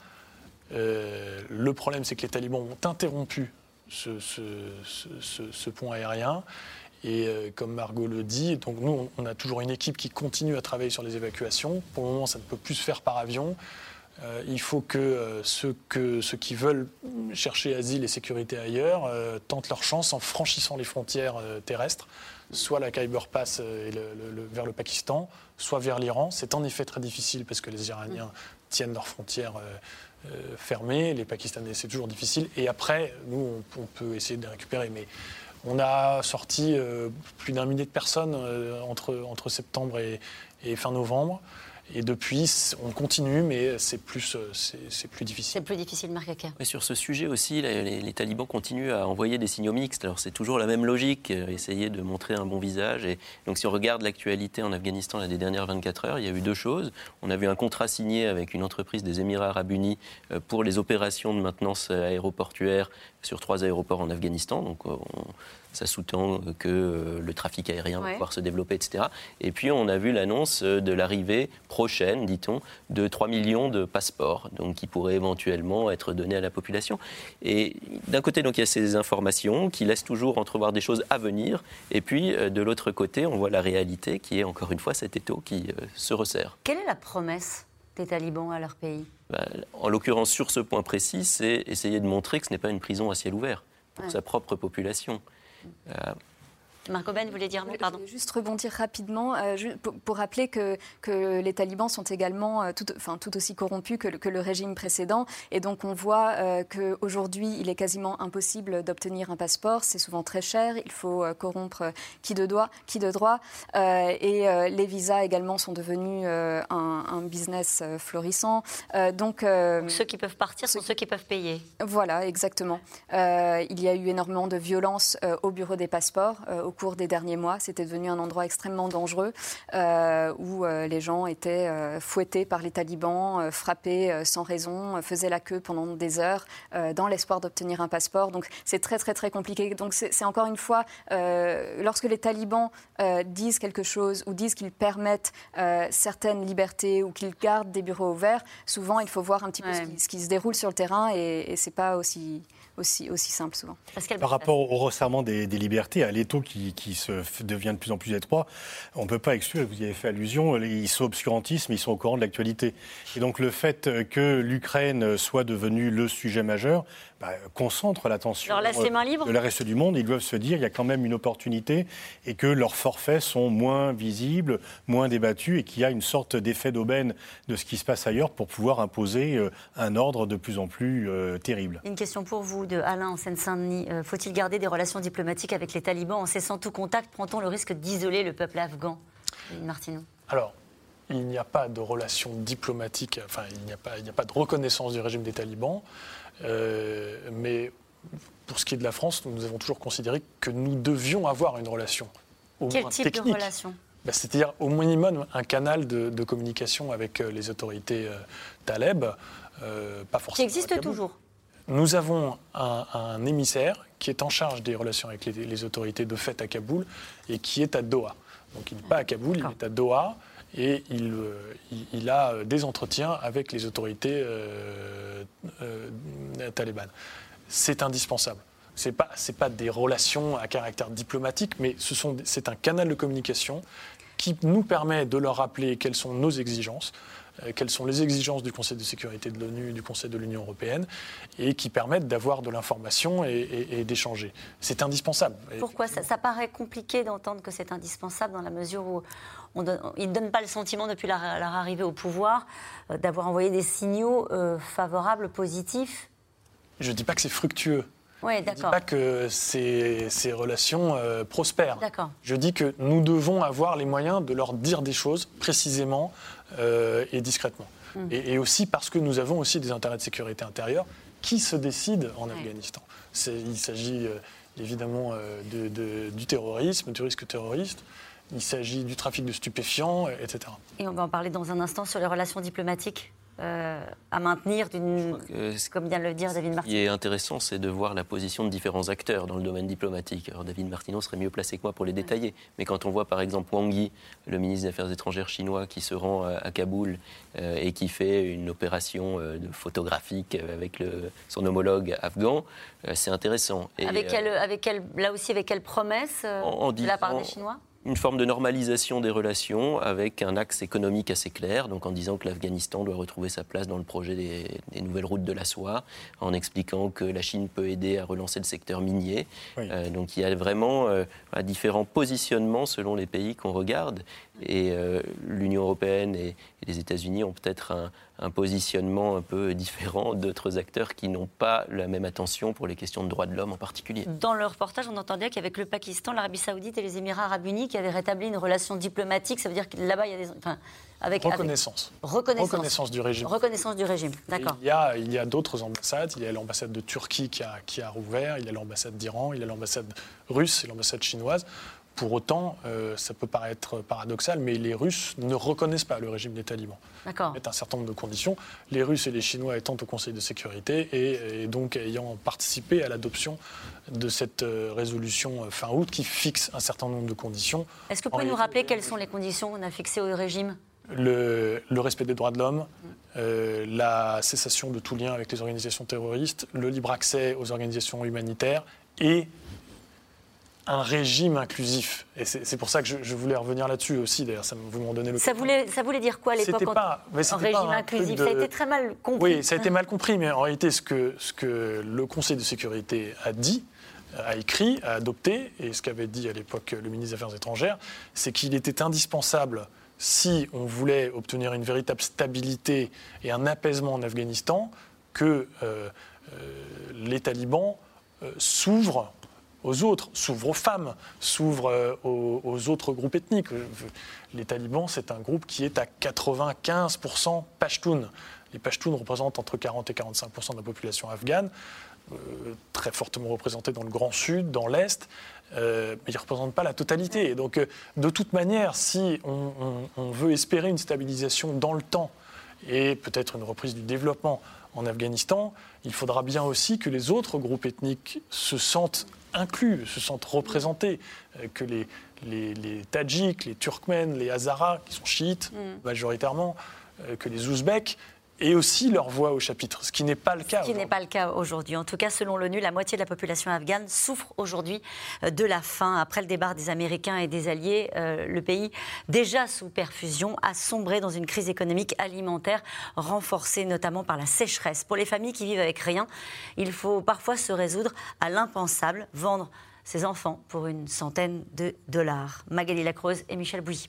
Euh, le problème, c'est que les talibans ont interrompu ce, ce, ce, ce, ce pont aérien. Et euh, comme Margot le dit, donc nous, on a toujours une équipe qui continue à travailler sur les évacuations. Pour le moment, ça ne peut plus se faire par avion. Euh, il faut que, euh, ceux que ceux qui veulent chercher asile et sécurité ailleurs euh, tentent leur chance en franchissant les frontières euh, terrestres, soit la Khyber Pass euh, et le, le, le, vers le Pakistan, soit vers l'Iran. C'est en effet très difficile parce que les Iraniens mmh. tiennent leurs frontières euh, euh, fermées, les Pakistanais c'est toujours difficile. Et après, nous, on, on peut essayer de les récupérer. Mais on a sorti euh, plus d'un millier de personnes euh, entre, entre septembre et, et fin novembre. Et depuis, on continue, mais c'est plus, c'est, c'est plus difficile. C'est plus difficile, Marc Hacker. Mais sur ce sujet aussi, les, les, les talibans continuent à envoyer des signaux mixtes. Alors c'est toujours la même logique, euh, essayer de montrer un bon visage. Et donc si on regarde l'actualité en Afghanistan là, des dernières vingt-quatre heures, il y a eu deux choses. On a vu un contrat signé avec une entreprise des Émirats arabes unis euh, pour les opérations de maintenance aéroportuaire sur trois aéroports en Afghanistan. Donc on, ça sous-tend que euh, le trafic aérien ouais. va pouvoir se développer, et cetera. Et puis, on a vu l'annonce de l'arrivée prochaine, dit-on, de trois millions de passeports, donc qui pourraient éventuellement être donnés à la population. Et d'un côté, donc, il y a ces informations qui laissent toujours entrevoir des choses à venir. Et puis, euh, de l'autre côté, on voit la réalité qui est, encore une fois, cet étau qui euh, se resserre. Quelle est la promesse des talibans à leur pays? Ben, en l'occurrence, sur ce point précis, c'est essayer de montrer que ce n'est pas une prison à ciel ouvert pour ouais. sa propre population. Euh... Marc Aubin, vous voulez dire un mot, pardon. Je voulais juste rebondir rapidement euh, pour, pour rappeler que, que les talibans sont également euh, tout, enfin, tout aussi corrompus que, que le régime précédent. Et donc on voit euh, qu'aujourd'hui, il est quasiment impossible d'obtenir un passeport. C'est souvent très cher. Il faut euh, corrompre qui de, doigt, qui de droit. Euh, et euh, les visas également sont devenus euh, un, un business euh, florissant. Euh, donc, euh, donc ceux qui peuvent partir sont ceux qui peuvent payer. Voilà, exactement. Euh, il y a eu énormément de violence euh, au bureau des passeports euh, au cours des derniers mois. C'était devenu un endroit extrêmement dangereux euh, où euh, les gens étaient euh, fouettés par les talibans, euh, frappés euh, sans raison, euh, faisaient la queue pendant des heures euh, dans l'espoir d'obtenir un passeport. Donc c'est très très très compliqué. Donc c'est, c'est encore une fois, euh, lorsque les talibans euh, disent quelque chose ou disent qu'ils permettent euh, certaines libertés ou qu'ils gardent des bureaux ouverts, souvent il faut voir un petit ouais. peu ce qui, ce qui se déroule sur le terrain et, et c'est pas aussi... Aussi, aussi simple souvent. Par rapport au resserrement des, des libertés, à l'étau qui, qui se devient de plus en plus étroit, on ne peut pas exclure, vous y avez fait allusion, ils sont obscurantistes, mais ils sont au courant de l'actualité. Et donc le fait que l'Ukraine soit devenue le sujet majeur, bah, concentre l'attention Alors laisse les mains libres. de le reste du monde. Ils doivent se dire qu'il y a quand même une opportunité et que leurs forfaits sont moins visibles, moins débattus et qu'il y a une sorte d'effet d'aubaine de ce qui se passe ailleurs pour pouvoir imposer un ordre de plus en plus euh, terrible. Une question pour vous de Alain en Seine-Saint-Denis. Euh, faut-il garder des relations diplomatiques avec les talibans en cessant tout contact? Prend-on le risque d'isoler le peuple afghan? Martinon. Alors, il n'y a pas de relation diplomatique, enfin, il n'y a pas, il n'y a pas de reconnaissance du régime des talibans. Euh, mais pour ce qui est de la France, nous avons toujours considéré que nous devions avoir une relation. Au Quel moins type technique. de relation ? Ben, c'est-à-dire au minimum un canal de, de communication avec les autorités euh, taleb, euh, pas forcément. Qui existe toujours ? Nous avons un, un émissaire qui est en charge des relations avec les, les autorités de fait à Kaboul et qui est à Doha. Donc il n'est pas à Kaboul, il est à Doha et il, euh, il, il a des entretiens avec les autorités euh, euh, talibanes. C'est indispensable. Ce n'est pas, c'est pas des relations à caractère diplomatique, mais ce sont, c'est un canal de communication qui nous permet de leur rappeler quelles sont nos exigences, euh, quelles sont les exigences du Conseil de sécurité de l'ONU, du Conseil de l'Union européenne, et qui permettent d'avoir de l'information et, et, et d'échanger. C'est indispensable. Pourquoi ça, ça paraît compliqué d'entendre que c'est indispensable dans la mesure où on donne, ils ne donnent pas le sentiment, depuis leur, leur arrivée au pouvoir, euh, d'avoir envoyé des signaux euh, favorables, positifs. Je ne dis pas que c'est fructueux. Oui, je ne dis pas que ces, ces relations euh, prospèrent. D'accord. Je dis que nous devons avoir les moyens de leur dire des choses précisément euh, et discrètement. Mmh. Et, et aussi parce que nous avons aussi des intérêts de sécurité intérieure qui se décident en ouais. Afghanistan. C'est, il s'agit euh, évidemment euh, de, de, du terrorisme, du risque terroriste. Il s'agit du trafic de stupéfiants, et cetera. Et on va en parler dans un instant sur les relations diplomatiques. Euh, à maintenir, d'une, comme vient de le dire David Martineau. Ce qui est intéressant, c'est de voir la position de différents acteurs dans le domaine diplomatique. Alors David Martineau serait mieux placé que moi pour les détailler. Ouais. Mais quand on voit par exemple Wang Yi, le ministre des Affaires étrangères chinois, qui se rend à, à Kaboul euh, et qui fait une opération euh, de photographique avec le, son homologue afghan, euh, c'est intéressant. Et, avec, quelle, euh, avec quelle, là aussi, avec quelle promesse euh, en, en de la part des Chinois ? Une forme de normalisation des relations avec un axe économique assez clair, donc en disant que l'Afghanistan doit retrouver sa place dans le projet des, des nouvelles routes de la soie, en expliquant que la Chine peut aider à relancer le secteur minier. Oui. Euh, donc il y a vraiment euh, différents positionnements selon les pays qu'on regarde. Et euh, l'Union européenne et, et les États-Unis ont peut-être un, un positionnement un peu différent d'autres acteurs qui n'ont pas la même attention pour les questions de droits de l'homme en particulier. Dans le reportage, on entendait qu'avec le Pakistan, l'Arabie Saoudite et les Émirats arabes unis qui avaient rétabli une relation diplomatique, ça veut dire que là-bas, il y a des... Enfin, avec, reconnaissance. Avec... reconnaissance. Reconnaissance du régime. Reconnaissance du régime, d'accord. Il y a, il y a d'autres ambassades. Il y a l'ambassade de Turquie qui a, qui a rouvert, il y a l'ambassade d'Iran, il y a l'ambassade russe et l'ambassade chinoise. Pour autant, euh, ça peut paraître paradoxal, mais les Russes ne reconnaissent pas le régime des talibans. D'accord. Il y a un certain nombre de conditions. Les Russes et les Chinois étant au Conseil de sécurité et, et donc ayant participé à l'adoption de cette euh, résolution fin août qui fixe un certain nombre de conditions. Est-ce que vous pouvez nous rappeler quelles sont les conditions qu'on a fixées au régime ? le, le respect des droits de l'homme, euh, la cessation de tout lien avec les organisations terroristes, le libre accès aux organisations humanitaires et un régime inclusif. Et c'est, c'est pour ça que je, je voulais revenir là-dessus aussi, d'ailleurs, ça, vous m'en donnez le ça voulait, ça voulait dire quoi à l'époque, c'était pas, mais c'était un régime pas un inclusif de... Ça a été très mal compris. Oui, ça a été mal compris, mais en réalité, ce que, ce que le Conseil de sécurité a dit, a écrit, a adopté, et ce qu'avait dit à l'époque le ministre des Affaires étrangères, c'est qu'il était indispensable, si on voulait obtenir une véritable stabilité et un apaisement en Afghanistan, que euh, euh, les talibans euh, s'ouvrent aux autres, s'ouvrent aux femmes, s'ouvrent euh, aux, aux autres groupes ethniques. Les talibans, c'est un groupe qui est à quatre-vingt-quinze pour cent Pashtuns. Les Pashtuns représentent entre quarante et quarante-cinq pour cent de la population afghane, euh, très fortement représentés dans le Grand Sud, dans l'Est, euh, mais ils ne représentent pas la totalité. Et donc, euh, de toute manière, si on, on, on veut espérer une stabilisation dans le temps et peut-être une reprise du développement en Afghanistan, il faudra bien aussi que les autres groupes ethniques se sentent inclus, se sentent représentés, euh, que les, les, les Tadjiks, les Turkmènes, les Hazaras, qui sont chiites mm. majoritairement, euh, que les Ouzbeks aient aussi leur voix au chapitre, ce qui n'est pas le cas. Ce qui n'est pas le cas aujourd'hui. En tout cas, selon l'ONU, la moitié de la population afghane souffre aujourd'hui de la faim. Après le départ des Américains et des Alliés, euh, le pays, déjà sous perfusion, a sombré dans une crise économique alimentaire renforcée notamment par la sécheresse. Pour les familles qui vivent avec rien, il faut parfois se résoudre à l'impensable, vendre ses enfants pour une centaine de dollars. Magali Lacroze et Michel Bouilly.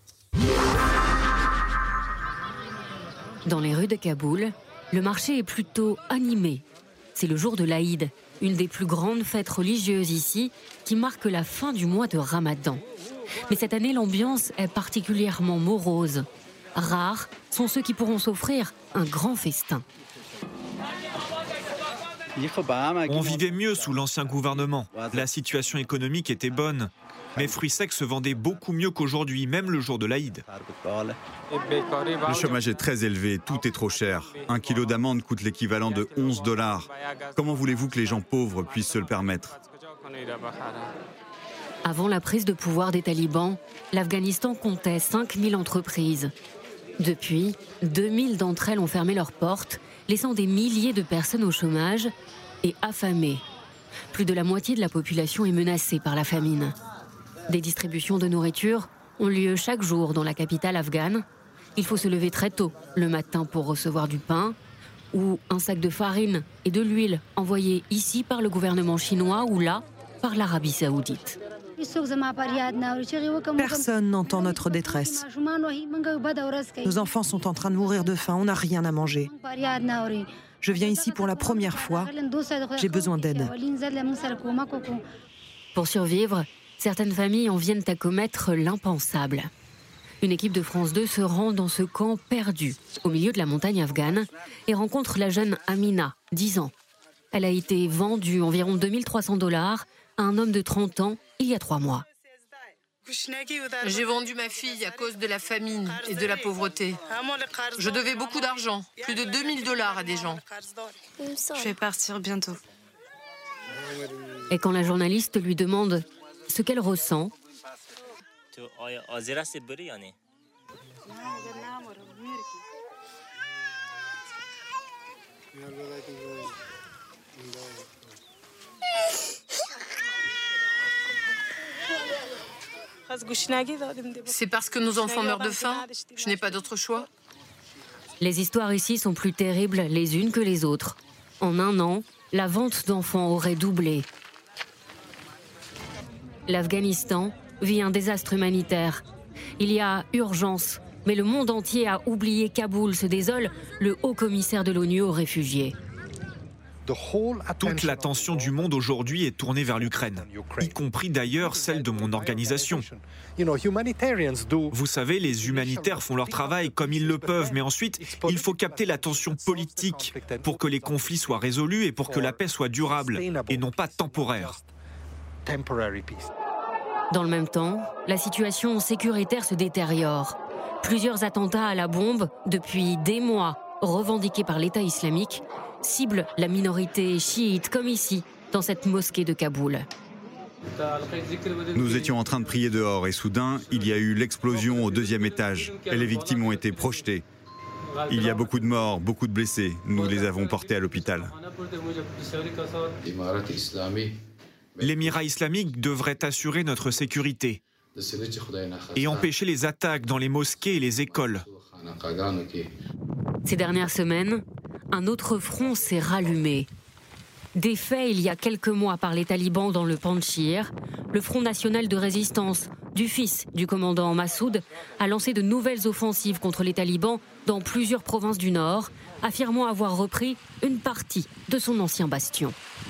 Dans les rues de Kaboul, le marché est plutôt animé. C'est le jour de l'Aïd, une des plus grandes fêtes religieuses ici, qui marque la fin du mois de Ramadan. Mais cette année, l'ambiance est particulièrement morose. Rares sont ceux qui pourront s'offrir un grand festin. On vivait mieux sous l'ancien gouvernement. La situation économique était bonne. Mes fruits secs se vendaient beaucoup mieux qu'aujourd'hui, même le jour de l'Aïd. Le chômage est très élevé, tout est trop cher. Un kilo d'amande coûte l'équivalent de onze dollars. Comment voulez-vous que les gens pauvres puissent se le permettre? Avant la prise de pouvoir des talibans, l'Afghanistan comptait cinq mille entreprises. Depuis, deux mille d'entre elles ont fermé leurs portes, laissant des milliers de personnes au chômage et affamées. Plus de la moitié de la population est menacée par la famine. Des distributions de nourriture ont lieu chaque jour dans la capitale afghane. Il faut se lever très tôt le matin pour recevoir du pain ou un sac de farine et de l'huile envoyés ici par le gouvernement chinois ou là par l'Arabie saoudite. Personne n'entend notre détresse. Nos enfants sont en train de mourir de faim, on n'a rien à manger. Je viens ici pour la première fois, j'ai besoin d'aide. Pour survivre, certaines familles en viennent à commettre l'impensable. Une équipe de France deux se rend dans ce camp perdu, au milieu de la montagne afghane, et rencontre la jeune Amina, dix ans. Elle a été vendue environ deux mille trois cents dollars à un homme de trente ans il y a trois mois. J'ai vendu ma fille à cause de la famine et de la pauvreté. Je devais beaucoup d'argent, plus de deux mille dollars à des gens. Je vais partir bientôt. Et quand la journaliste lui demande ce qu'elle ressent, c'est parce que nos enfants meurent de faim. Je n'ai pas d'autre choix. Les histoires ici sont plus terribles les unes que les autres. En un an, la vente d'enfants aurait doublé. L'Afghanistan vit un désastre humanitaire. Il y a urgence, mais le monde entier a oublié Kaboul, se désole le haut-commissaire de l'ONU aux réfugiés. Toute l'attention du monde aujourd'hui est tournée vers l'Ukraine, y compris d'ailleurs celle de mon organisation. Vous savez, les humanitaires font leur travail comme ils le peuvent, mais ensuite, il faut capter l'attention politique pour que les conflits soient résolus et pour que la paix soit durable et non pas temporaire. Dans le même temps, la situation sécuritaire se détériore. Plusieurs attentats à la bombe, depuis des mois, revendiqués par l'État islamique, ciblent la minorité chiite, comme ici, dans cette mosquée de Kaboul. Nous étions en train de prier dehors et soudain, il y a eu l'explosion au deuxième étage et les victimes ont été projetées. Il y a beaucoup de morts, beaucoup de blessés. Nous les avons portés à l'hôpital. L'Émirat islamique devrait assurer notre sécurité et empêcher les attaques dans les mosquées et les écoles. Ces dernières semaines, un autre front s'est rallumé. Défait il y a quelques mois par les talibans dans le Panjshir, le Front national de résistance du fils du commandant Massoud a lancé de nouvelles offensives contre les talibans dans plusieurs provinces du Nord, affirmant avoir repris une partie de son ancien bastion.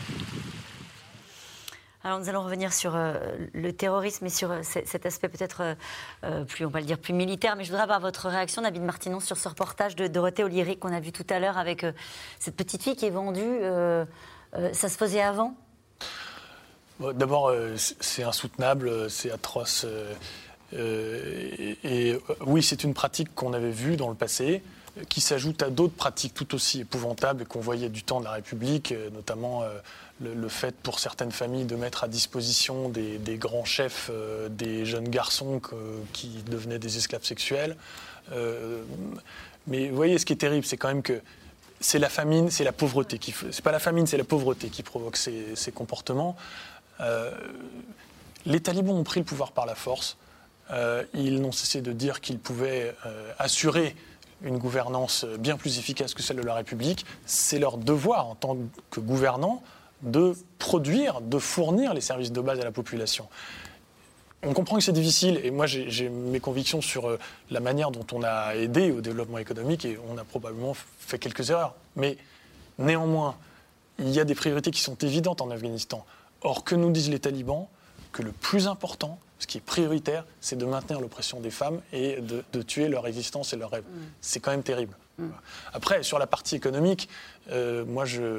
Alors nous allons revenir sur euh, le terrorisme et sur euh, cet aspect peut-être euh, plus, on va le dire, plus militaire. Mais je voudrais avoir votre réaction, David Martinon, sur ce reportage de Dorothée Olieri qu'on a vu tout à l'heure avec euh, cette petite fille qui est vendue. Euh, euh, ça se faisait avant ? D'abord, euh, c'est insoutenable, c'est atroce. Euh, et, et euh, oui, c'est une pratique qu'on avait vue dans le passé, qui s'ajoute à d'autres pratiques tout aussi épouvantables qu'on voyait du temps de la République, notamment euh, le, le fait pour certaines familles de mettre à disposition des, des grands chefs, euh, des jeunes garçons que, qui devenaient des esclaves sexuels. Euh, mais vous voyez, ce qui est terrible, c'est quand même que c'est la famine, c'est la pauvreté qui... C'est pas la famine, c'est la pauvreté qui provoque ces, ces comportements. Euh, les talibans ont pris le pouvoir par la force. Euh, ils n'ont cessé de dire qu'ils pouvaient euh, assurer une gouvernance bien plus efficace que celle de la République. C'est leur devoir en tant que gouvernants de produire, de fournir les services de base à la population. On comprend que c'est difficile et moi j'ai, j'ai mes convictions sur euh, la manière dont on a aidé au développement économique et on a probablement fait quelques erreurs. Mais néanmoins, il y a des priorités qui sont évidentes en Afghanistan. Or, que nous disent les talibans ? Que le plus important, Ce qui est prioritaire, c'est de maintenir l'oppression des femmes et de, de tuer leur existence et leur rêve. Mmh. C'est quand même terrible. Mmh. Après, sur la partie économique, euh, moi, je,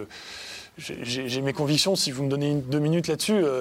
j'ai, j'ai mes convictions. Si vous me donnez une, deux minutes là-dessus, euh,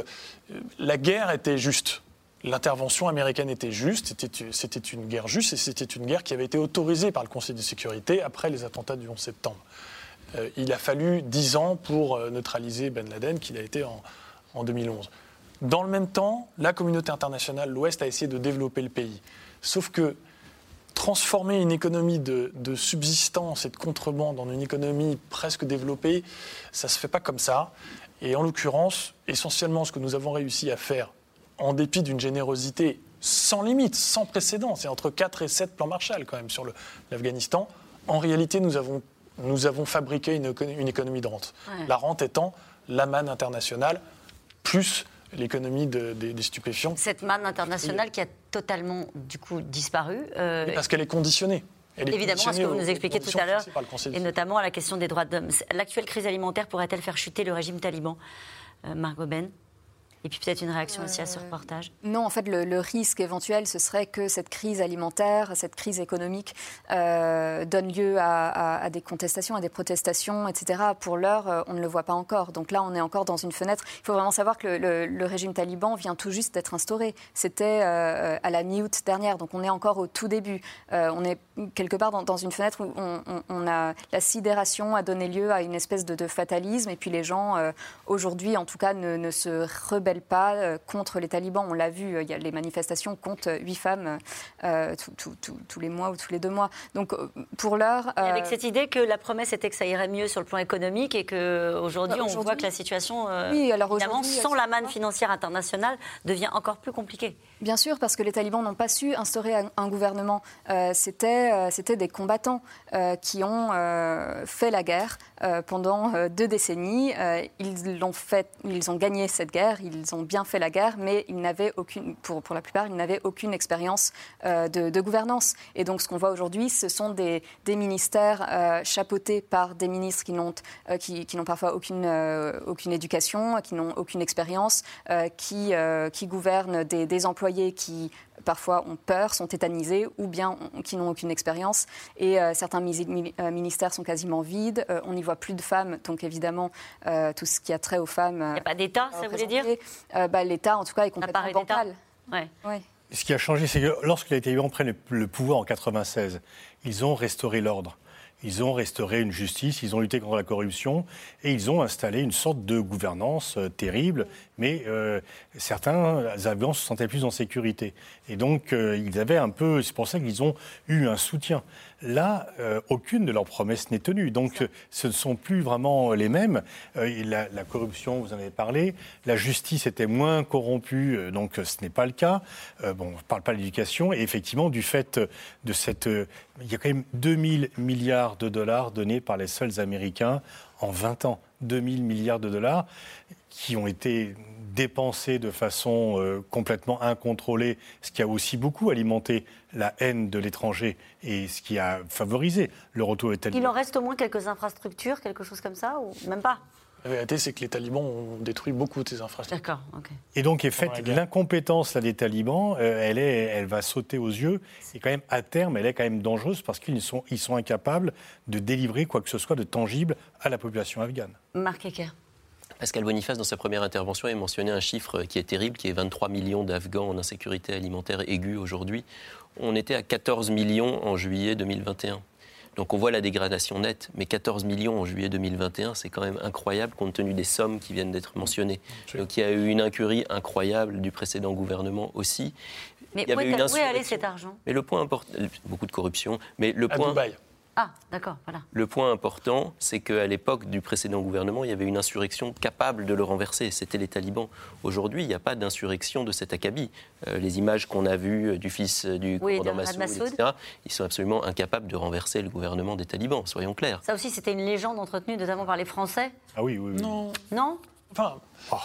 la guerre était juste. L'intervention américaine était juste. C'était, c'était une guerre juste et c'était une guerre qui avait été autorisée par le Conseil de sécurité après les attentats du onze septembre. Euh, il a fallu dix ans pour euh, neutraliser Ben Laden, qu'il a été en, en deux mille onze. Dans le même temps, la communauté internationale, l'Ouest, a essayé de développer le pays. Sauf que transformer une économie de, de subsistance et de contrebande en une économie presque développée, ça ne se fait pas comme ça. Et en l'occurrence, essentiellement, ce que nous avons réussi à faire, en dépit d'une générosité sans limite, sans précédent, c'est entre quatre et sept plans Marshall quand même sur le, l'Afghanistan, en réalité, nous avons, nous avons fabriqué une, une économie de rente. Ouais. La rente étant la manne internationale, plus l'économie de, de, des stupéfiants. Cette manne internationale qui a totalement, du coup, disparu. Euh, parce qu'elle est conditionnée. Elle est évidemment, à ce que vous nous expliquiez tout à l'heure, et notamment à la question des droits de l'homme. L'actuelle crise alimentaire pourrait-elle faire chuter le régime taliban, euh, Margot Ben ? Et puis peut-être une réaction aussi à ce reportage. Non, en fait, le, le risque éventuel, ce serait que cette crise alimentaire, cette crise économique euh, donne lieu à, à, à des contestations, à des protestations, et cetera. Pour l'heure, euh, on ne le voit pas encore. Donc là, on est encore dans une fenêtre. Il faut vraiment savoir que le, le, le régime taliban vient tout juste d'être instauré. C'était euh, à la mi-août dernière, donc on est encore au tout début. Euh, on est quelque part dans, dans une fenêtre où on, on, on a, la sidération a donné lieu à une espèce de, de fatalisme. Et puis les gens, euh, aujourd'hui, en tout cas, ne, ne se rebellent pas contre les talibans. On l'a vu, il y a les manifestations comptent huit femmes euh, tous les mois ou tous les deux mois. Donc pour l'heure... Euh... Avec cette idée que la promesse était que ça irait mieux sur le plan économique et qu'aujourd'hui, bah, on voit que la situation, euh, oui, alors évidemment, sans la manne financière internationale, devient encore plus compliquée. Bien sûr, parce que les talibans n'ont pas su instaurer un gouvernement. Euh, c'était, euh, c'était des combattants euh, qui ont euh, fait la guerre euh, pendant euh, deux décennies. Euh, ils l'ont fait, ils ont gagné cette guerre, ils ont bien fait la guerre, mais ils n'avaient aucune, pour, pour la plupart, ils n'avaient aucune expérience euh, de, de gouvernance. Et donc, ce qu'on voit aujourd'hui, ce sont des, des ministères euh, chapeautés par des ministres qui n'ont, euh, qui, qui n'ont parfois aucune, euh, aucune éducation, qui n'ont aucune expérience, euh, qui, euh, qui gouvernent des, des emplois qui parfois ont peur, sont tétanisés ou bien qui n'ont aucune expérience. Et euh, certains mi- euh, ministères sont quasiment vides. Euh, on n'y voit plus de femmes. Donc évidemment, euh, tout ce qui a trait aux femmes... Il n'y a pas d'État, ça voulait dire euh, bah, L'État, en tout cas, est complètement bancal. Ouais. Ouais. Ce qui a changé, c'est que lorsque les talibans prennent le pouvoir en quatre-vingt-seize, ils ont restauré l'ordre. Ils ont restauré une justice, ils ont lutté contre la corruption et ils ont installé une sorte de gouvernance euh, terrible. Mais euh, certains Afghans se sentaient plus en sécurité. Et donc, euh, ils avaient un peu... C'est pour ça qu'ils ont eu un soutien. Là, euh, aucune de leurs promesses n'est tenue. Donc, euh, ce ne sont plus vraiment les mêmes. Euh, la, la corruption, vous en avez parlé. La justice était moins corrompue, euh, donc ce n'est pas le cas. Euh, bon, on ne parle pas de l'éducation. Et effectivement, du fait de cette... Euh, il y a quand même deux mille milliards de dollars donnés par les seuls Américains en vingt ans. deux mille milliards de dollars qui ont été dépensés de façon euh, complètement incontrôlée, ce qui a aussi beaucoup alimenté la haine de l'étranger et ce qui a favorisé le retour des talibans. Il en reste au moins quelques infrastructures, quelque chose comme ça, ou même pas ? La vérité, c'est que les talibans ont détruit beaucoup de ces infrastructures. D'accord, ok. Et donc, en fait, l'incompétence là, des talibans, euh, elle, est, elle va sauter aux yeux. Et quand même, à terme, elle est quand même dangereuse parce qu'ils sont, ils sont incapables de délivrer quoi que ce soit de tangible à la population afghane. Marc Ecker. Pascal Boniface, dans sa première intervention, a mentionné un chiffre qui est terrible, qui est vingt-trois millions d'Afghans en insécurité alimentaire aiguë aujourd'hui. On était à quatorze millions en juillet deux mille vingt et un. Donc on voit la dégradation nette, mais quatorze millions en juillet deux mille vingt et un, c'est quand même incroyable compte tenu des sommes qui viennent d'être mentionnées. Donc il y a eu une incurie incroyable du précédent gouvernement aussi. Mais où est allé cet argent ? Mais le point important, beaucoup de corruption, mais le à point... Dubaï. Ah, d'accord, voilà. Le point important, c'est qu'à l'époque du précédent gouvernement, il y avait une insurrection capable de le renverser. C'était les talibans. Aujourd'hui, il n'y a pas d'insurrection de cet acabit. Euh, les images qu'on a vues du fils du oui, commandant Massoud, Massoud, et cetera, ils sont absolument incapables de renverser le gouvernement des talibans, soyons clairs. Ça aussi, c'était une légende entretenue notamment par les Français. Ah oui, oui, oui. Non. Non Enfin... Oh.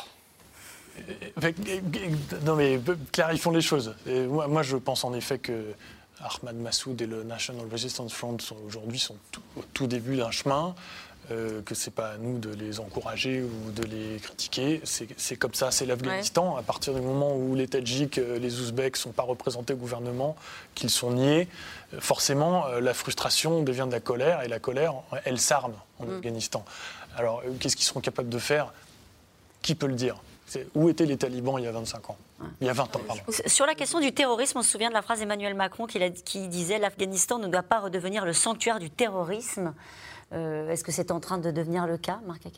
Non mais clarifions les choses. Et moi, moi, je pense en effet que Ahmad Massoud et le National Resistance Front sont, aujourd'hui sont tout, au tout début d'un chemin. euh, que ce n'est pas à nous de les encourager ou de les critiquer. C'est, c'est comme ça, c'est l'Afghanistan. Ouais. À partir du moment où les Tadjiks, les Ouzbeks ne sont pas représentés au gouvernement, qu'ils sont niés, forcément, la frustration devient de la colère, et la colère, elle s'arme en mmh. Afghanistan. Alors, qu'est-ce qu'ils seront capables de faire ? Qui peut le dire ? C'est, où étaient les talibans il y a vingt-cinq ans ? Il y a vingt ans, pardon. Sur la question du terrorisme, on se souvient de la phrase d'Emmanuel Macron qui, a, qui disait « L'Afghanistan ne doit pas redevenir le sanctuaire du terrorisme euh, ». Est-ce que c'est en train de devenir le cas, Marc Hacker ?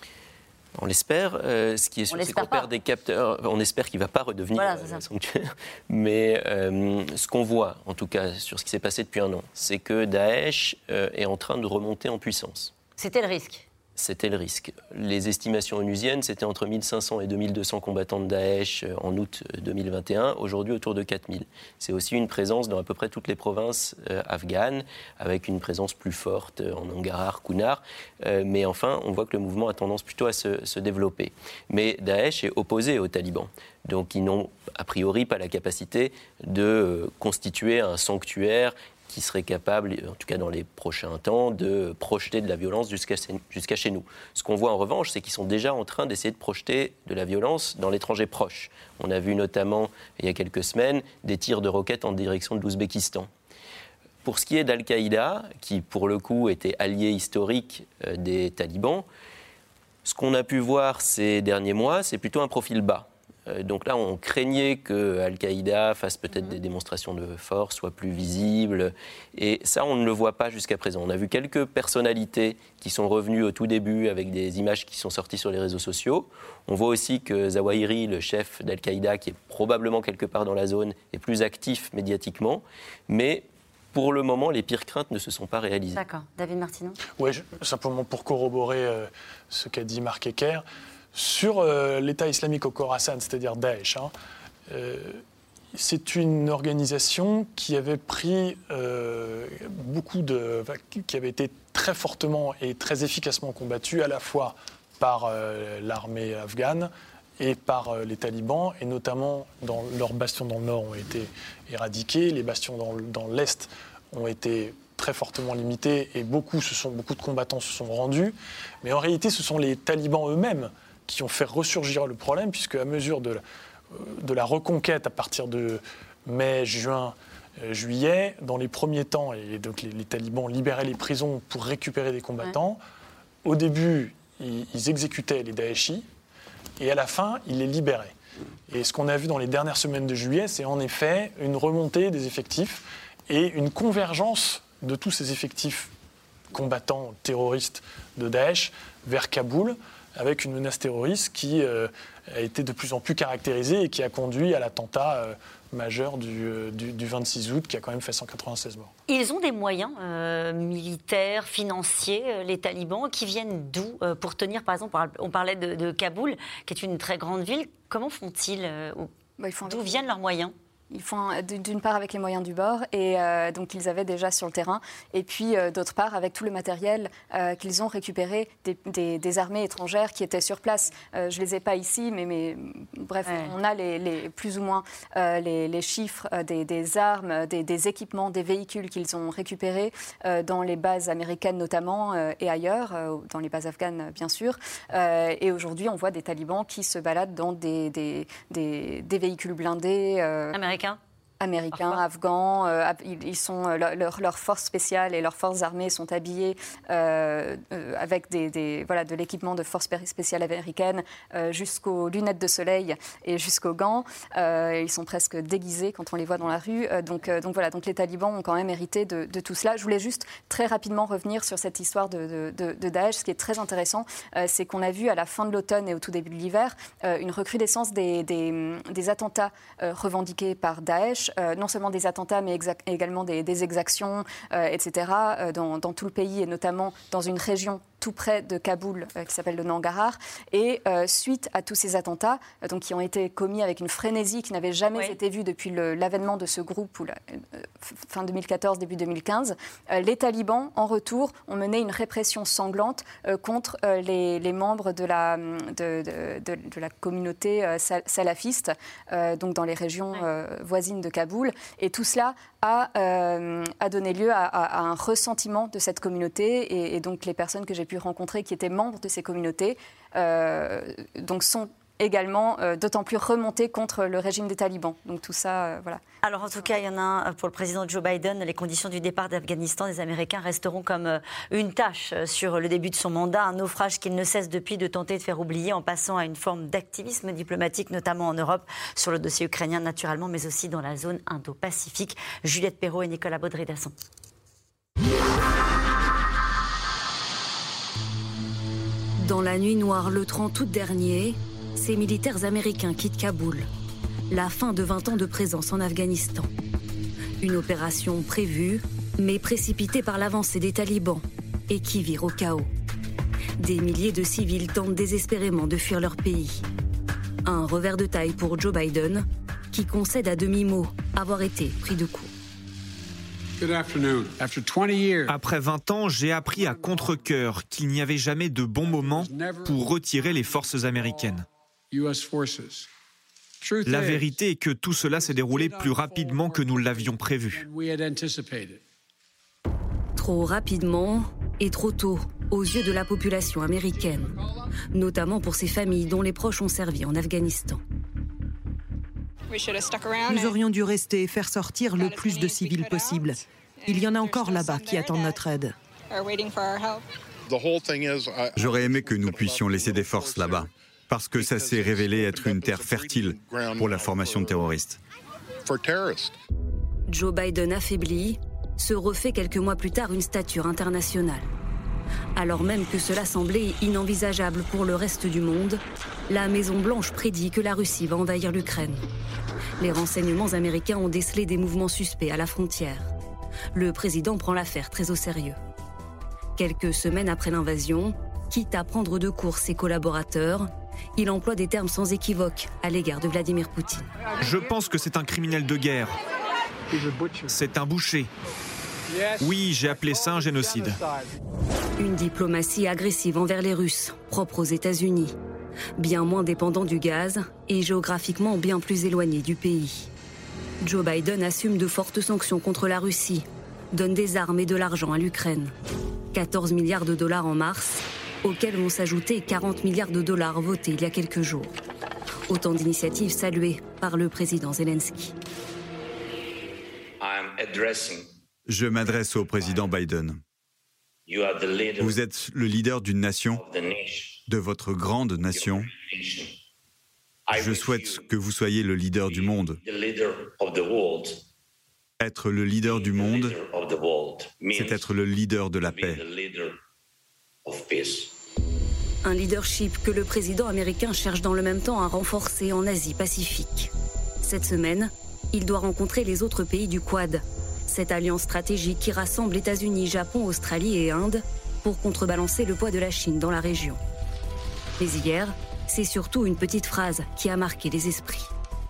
On l'espère. Euh, ce qui est sûr, c'est qu'on perd des capteurs. On espère qu'il ne va pas redevenir voilà, euh, sanctuaire. Mais euh, ce qu'on voit, en tout cas, sur ce qui s'est passé depuis un an, c'est que Daesh euh, est en train de remonter en puissance. C'était le risque. C'était le risque. Les estimations onusiennes, c'était entre mille cinq cents et deux mille deux cents combattants de Daesh en août deux mille vingt et un, aujourd'hui autour de quatre mille. C'est aussi une présence dans à peu près toutes les provinces euh, afghanes, avec une présence plus forte en Nangarhar, Kunar. Euh, mais enfin, on voit que le mouvement a tendance plutôt à se, se développer. Mais Daesh est opposé aux talibans. Donc ils n'ont a priori pas la capacité de euh, constituer un sanctuaire qui serait capable, en tout cas dans les prochains temps, de projeter de la violence jusqu'à, jusqu'à chez nous. Ce qu'on voit en revanche, c'est qu'ils sont déjà en train d'essayer de projeter de la violence dans l'étranger proche. On a vu notamment, il y a quelques semaines, des tirs de roquettes en direction de l'Ouzbékistan. Pour ce qui est d'Al-Qaïda, qui pour le coup était allié historique des talibans, ce qu'on a pu voir ces derniers mois, c'est plutôt un profil bas. Donc là, on craignait que Al-Qaïda fasse peut-être des démonstrations de force, soit plus visible. Et ça, on ne le voit pas jusqu'à présent. On a vu quelques personnalités qui sont revenues au tout début avec des images qui sont sorties sur les réseaux sociaux. On voit aussi que Zawahiri, le chef d'Al-Qaïda, qui est probablement quelque part dans la zone, est plus actif médiatiquement. Mais pour le moment, les pires craintes ne se sont pas réalisées. D'accord. David Martineau ? Oui, simplement pour corroborer euh, ce qu'a dit Marc Hacker. Sur euh, l'État islamique au Khorasan, c'est-à-dire Daesh, hein, euh, c'est une organisation qui avait pris euh, beaucoup de, qui avait été très fortement et très efficacement combattue à la fois par euh, l'armée afghane et par euh, les talibans, et notamment dans leurs bastions dans le nord ont été éradiqués, les bastions dans, dans l'est ont été très fortement limités, et beaucoup, se sont, beaucoup de combattants se sont rendus. Mais en réalité, ce sont les talibans eux-mêmes qui ont fait ressurgir le problème, puisque à mesure de la, de la reconquête à partir de mai, juin, euh, juillet, dans les premiers temps, et donc les, les talibans libéraient les prisons pour récupérer des combattants. Ouais. Au début, ils, ils exécutaient les Daeshis, et à la fin, ils les libéraient. Et ce qu'on a vu dans les dernières semaines de juillet, c'est en effet une remontée des effectifs et une convergence de tous ces effectifs combattants terroristes de Daesh vers Kaboul, avec une menace terroriste qui euh, a été de plus en plus caractérisée et qui a conduit à l'attentat euh, majeur du, euh, du, du vingt-six août, qui a quand même fait cent quatre-vingt-seize morts. Ils ont des moyens euh, militaires, financiers, euh, les talibans, qui viennent d'où euh, pour tenir, par exemple, on parlait de, de Kaboul, qui est une très grande ville. Comment font-ils euh, bah, ils font D'où viennent leurs moyens ? Ils font d'une part avec les moyens du bord, et euh, donc qu'ils avaient déjà sur le terrain, et puis euh, d'autre part avec tout le matériel euh, qu'ils ont récupéré des, des, des armées étrangères qui étaient sur place. Euh, je les ai pas ici, mais, mais bref, ouais. on a les, les, plus ou moins euh, les, les chiffres euh, des, des armes, des, des équipements, des véhicules qu'ils ont récupérés euh, dans les bases américaines notamment euh, et ailleurs, euh, dans les bases afghanes bien sûr. Euh, et aujourd'hui, on voit des talibans qui se baladent dans des, des, des, des véhicules blindés. Euh, Américains Américains, Parfois. afghans, euh, ils sont, leurs leur forces spéciales et leurs forces armées sont habillées euh, euh, avec des, des, voilà, de l'équipement de forces spéciales américaines euh, jusqu'aux lunettes de soleil et jusqu'aux gants. Euh, ils sont presque déguisés quand on les voit dans la rue. Euh, donc, euh, donc voilà, donc les talibans ont quand même hérité de, de tout cela. Je voulais juste très rapidement revenir sur cette histoire de, de, de Daesh. Ce qui est très intéressant, euh, c'est qu'on a vu à la fin de l'automne et au tout début de l'hiver euh, une recrudescence des, des, des attentats euh, revendiqués par Daesh. Euh, non seulement des attentats, mais exa- également des, des exactions, euh, et cetera, euh, dans, dans tout le pays, et notamment dans une région tout près de Kaboul, euh, qui s'appelle le Nangarhar. Et euh, suite à tous ces attentats, euh, donc, qui ont été commis avec une frénésie qui n'avait jamais oui. été vue depuis le, l'avènement de ce groupe, ou la, euh, fin deux mille quatorze, début deux mille quinze, euh, les talibans, en retour, ont mené une répression sanglante euh, contre euh, les, les membres de la, de, de, de, de la communauté euh, salafiste, euh, donc dans les régions euh, voisines de Kaboul. Et tout cela a, euh, a donné lieu à, à, à un ressentiment de cette communauté et, et donc les personnes que j'ai pu rencontrer qui étaient membres de ces communautés euh, donc sont également euh, d'autant plus remontées contre le régime des talibans. Donc tout ça, euh, voilà. Alors en tout cas, il y en a un pour le président Joe Biden. Les conditions du départ d'Afghanistan des Américains resteront comme une tâche sur le début de son mandat. Un naufrage qu'il ne cesse depuis de tenter de faire oublier en passant à une forme d'activisme diplomatique, notamment en Europe, sur le dossier ukrainien naturellement, mais aussi dans la zone Indo-Pacifique. Juliette Perrault et Nicolas Baudry-Dasson. Dans la nuit noire le trente août dernier, ces militaires américains quittent Kaboul. La fin de vingt ans de présence en Afghanistan. Une opération prévue, mais précipitée par l'avancée des talibans et qui vire au chaos. Des milliers de civils tentent désespérément de fuir leur pays. Un revers de taille pour Joe Biden, qui concède à demi-mot avoir été pris de court. Après vingt ans, j'ai appris à contre-cœur qu'il n'y avait jamais de bon moment pour retirer les forces américaines. La vérité est que tout cela s'est déroulé plus rapidement que nous l'avions prévu. Trop rapidement et trop tôt aux yeux de la population américaine, notamment pour ces familles dont les proches ont servi en Afghanistan. Nous aurions dû rester et faire sortir le plus de civils possible. Il y en a encore là-bas qui attendent notre aide. J'aurais aimé que nous puissions laisser des forces là-bas, parce que ça s'est révélé être une terre fertile pour la formation de terroristes. Joe Biden affaibli se refait quelques mois plus tard une stature internationale. Alors même que cela semblait inenvisageable pour le reste du monde, la Maison-Blanche prédit que la Russie va envahir l'Ukraine. Les renseignements américains ont décelé des mouvements suspects à la frontière. Le président prend l'affaire très au sérieux. Quelques semaines après l'invasion, quitte à prendre de court ses collaborateurs, il emploie des termes sans équivoque à l'égard de Vladimir Poutine. Je pense que c'est un criminel de guerre. C'est un boucher. Oui, j'ai appelé ça un génocide. Une diplomatie agressive envers les Russes, propre aux États-Unis. Bien moins dépendant du gaz et géographiquement bien plus éloigné du pays. Joe Biden assume de fortes sanctions contre la Russie, donne des armes et de l'argent à l'Ukraine. quatorze milliards de dollars en mars, auxquels vont s'ajouter quarante milliards de dollars votés il y a quelques jours. Autant d'initiatives saluées par le président Zelensky. Je m'adresse au président Biden. Vous êtes le leader d'une nation, de votre grande nation. Je souhaite que vous soyez le leader du monde. Être le leader du monde, c'est être le leader de la paix. Un leadership que le président américain cherche dans le même temps à renforcer en Asie-Pacifique. Cette semaine, il doit rencontrer les autres pays du Quad. Cette alliance stratégique qui rassemble États-Unis, Japon, Australie et Inde pour contrebalancer le poids de la Chine dans la région. Mais hier, c'est surtout une petite phrase qui a marqué les esprits.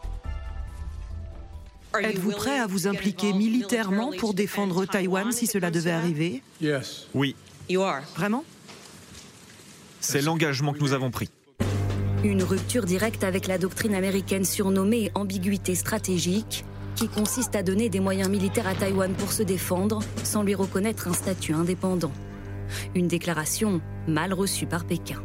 Êtes-vous prêt à vous impliquer militairement pour défendre Taïwan si cela devait arriver ? Oui. Vraiment ? C'est l'engagement que nous avons pris. Une rupture directe avec la doctrine américaine surnommée ambiguïté stratégique, qui consiste à donner des moyens militaires à Taïwan pour se défendre sans lui reconnaître un statut indépendant. Une déclaration mal reçue par Pékin.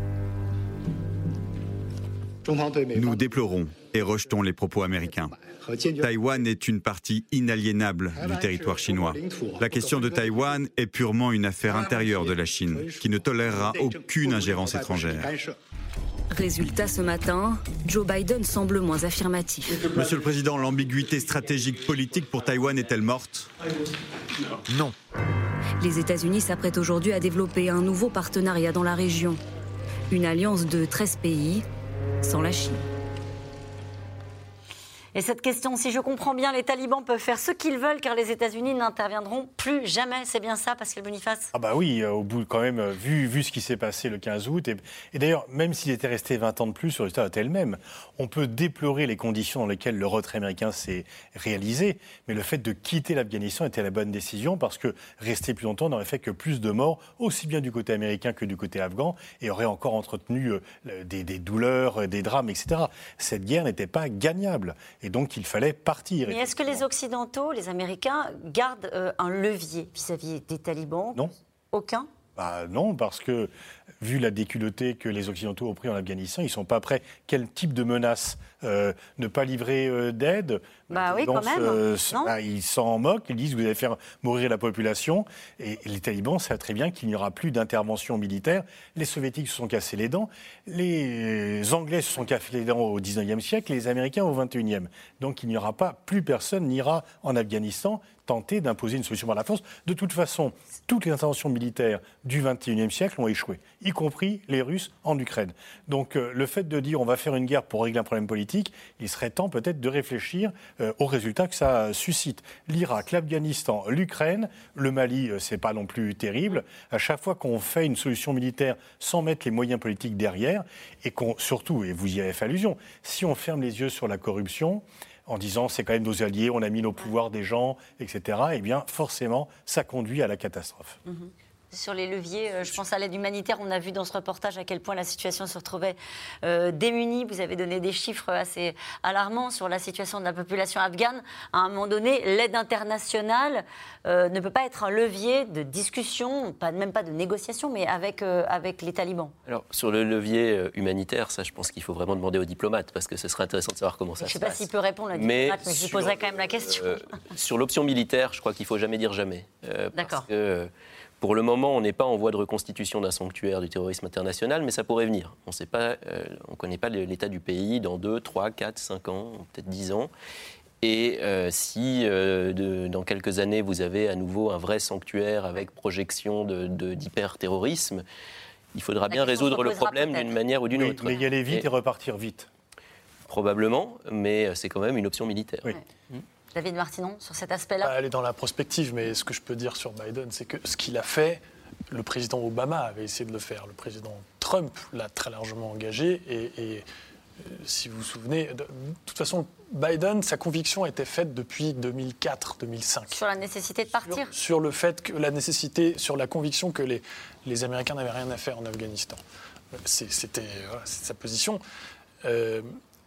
Nous déplorons et rejetons les propos américains. Taïwan est une partie inaliénable du territoire chinois. La question de Taïwan est purement une affaire intérieure de la Chine, qui ne tolérera aucune ingérence étrangère. Résultat ce matin, Joe Biden semble moins affirmatif. Monsieur le Président, l'ambiguïté stratégique politique pour Taïwan est-elle morte ? Non. Les États-Unis s'apprêtent aujourd'hui à développer un nouveau partenariat dans la région. Une alliance de treize pays, sans la Chine. Et cette question, si je comprends bien, les talibans peuvent faire ce qu'ils veulent car les États-Unis n'interviendront plus jamais. C'est bien ça, Pascal Boniface ? Ah bah oui, au bout quand même, vu, vu ce qui s'est passé le quinze août. Et, et d'ailleurs, même s'il était resté vingt ans de plus, le résultat est le même. On peut déplorer les conditions dans lesquelles le retrait américain s'est réalisé, mais le fait de quitter l'Afghanistan était la bonne décision parce que rester plus longtemps n'aurait fait que plus de morts, aussi bien du côté américain que du côté afghan, et aurait encore entretenu des, des douleurs, des drames, et cetera. Cette guerre n'était pas gagnable. Et et donc il fallait partir. Mais est-ce que les Occidentaux, les Américains, gardent euh, un levier vis-à-vis des talibans? Non. Aucun? Bah non, parce que, vu la déculottée que les Occidentaux ont pris en Afghanistan, ils ne sont pas prêts. Quel type de menace euh, Ne pas livrer euh, d'aide? Bah oui, quand même. Euh, non bah, ils s'en moquent, ils disent que vous allez faire mourir la population. Et les talibans savent très bien qu'il n'y aura plus d'intervention militaire. Les soviétiques se sont cassés les dents, les Anglais se sont cassés les dents au dix-neuvième siècle, les Américains au vingt et unième. Donc il n'y aura pas, plus personne n'ira en Afghanistan tenter d'imposer une solution par la force. De toute façon, toutes les interventions militaires du vingt et unième siècle ont échoué, y compris les Russes en Ukraine. Donc euh, le fait de dire on va faire une guerre pour régler un problème politique, il serait temps peut-être de réfléchir euh, aux résultats que ça suscite. L'Irak, l'Afghanistan, l'Ukraine, le Mali, euh, c'est pas non plus terrible. À chaque fois qu'on fait une solution militaire sans mettre les moyens politiques derrière, et qu'on, surtout, et vous y avez fait allusion, si on ferme les yeux sur la corruption, en disant c'est quand même nos alliés, on a mis nos pouvoirs des gens, et cetera, eh bien forcément, ça conduit à la catastrophe. Mmh. Sur les leviers, euh, je pense à l'aide humanitaire, on a vu dans ce reportage à quel point la situation se retrouvait euh, démunie. Vous avez donné des chiffres assez alarmants sur la situation de la population afghane. À un moment donné, l'aide internationale euh, ne peut pas être un levier de discussion, pas, même pas de négociation, mais avec, euh, avec les talibans. Alors, sur le levier humanitaire, ça, je pense qu'il faut vraiment demander aux diplomates, parce que ce serait intéressant de savoir comment ça je se passe. Je ne sais pas s'il peut répondre, le diplomate, mais, mais je lui poserai quand même la question. Euh, sur l'option militaire, je crois qu'il ne faut jamais dire jamais. Euh, D'accord. Parce que, pour le moment, on n'est pas en voie de reconstitution d'un sanctuaire du terrorisme international, mais ça pourrait venir. On ne euh, connaît pas l'état du pays dans deux, trois, quatre, cinq ans, peut-être dix ans. Et euh, si euh, de, dans quelques années, vous avez à nouveau un vrai sanctuaire avec projection de, de, d'hyper-terrorisme, il faudra bien résoudre le problème d'une manière ou d'une oui, autre. Mais y aller vite et, et repartir vite. Probablement, mais c'est quand même une option militaire. Oui. Mmh. David Martinon, sur cet aspect-là? Elle est dans la prospective, mais ce que je peux dire sur Biden, c'est que ce qu'il a fait, le président Obama avait essayé de le faire. Le président Trump l'a très largement engagé. Et, et euh, si vous vous souvenez, de, de toute façon, Biden, sa conviction était faite depuis deux mille quatre deux mille cinq. Sur la nécessité de partir? Sur, sur le fait que la nécessité, sur la conviction que les, les Américains n'avaient rien à faire en Afghanistan. C'est, c'était voilà, c'est sa position. Euh,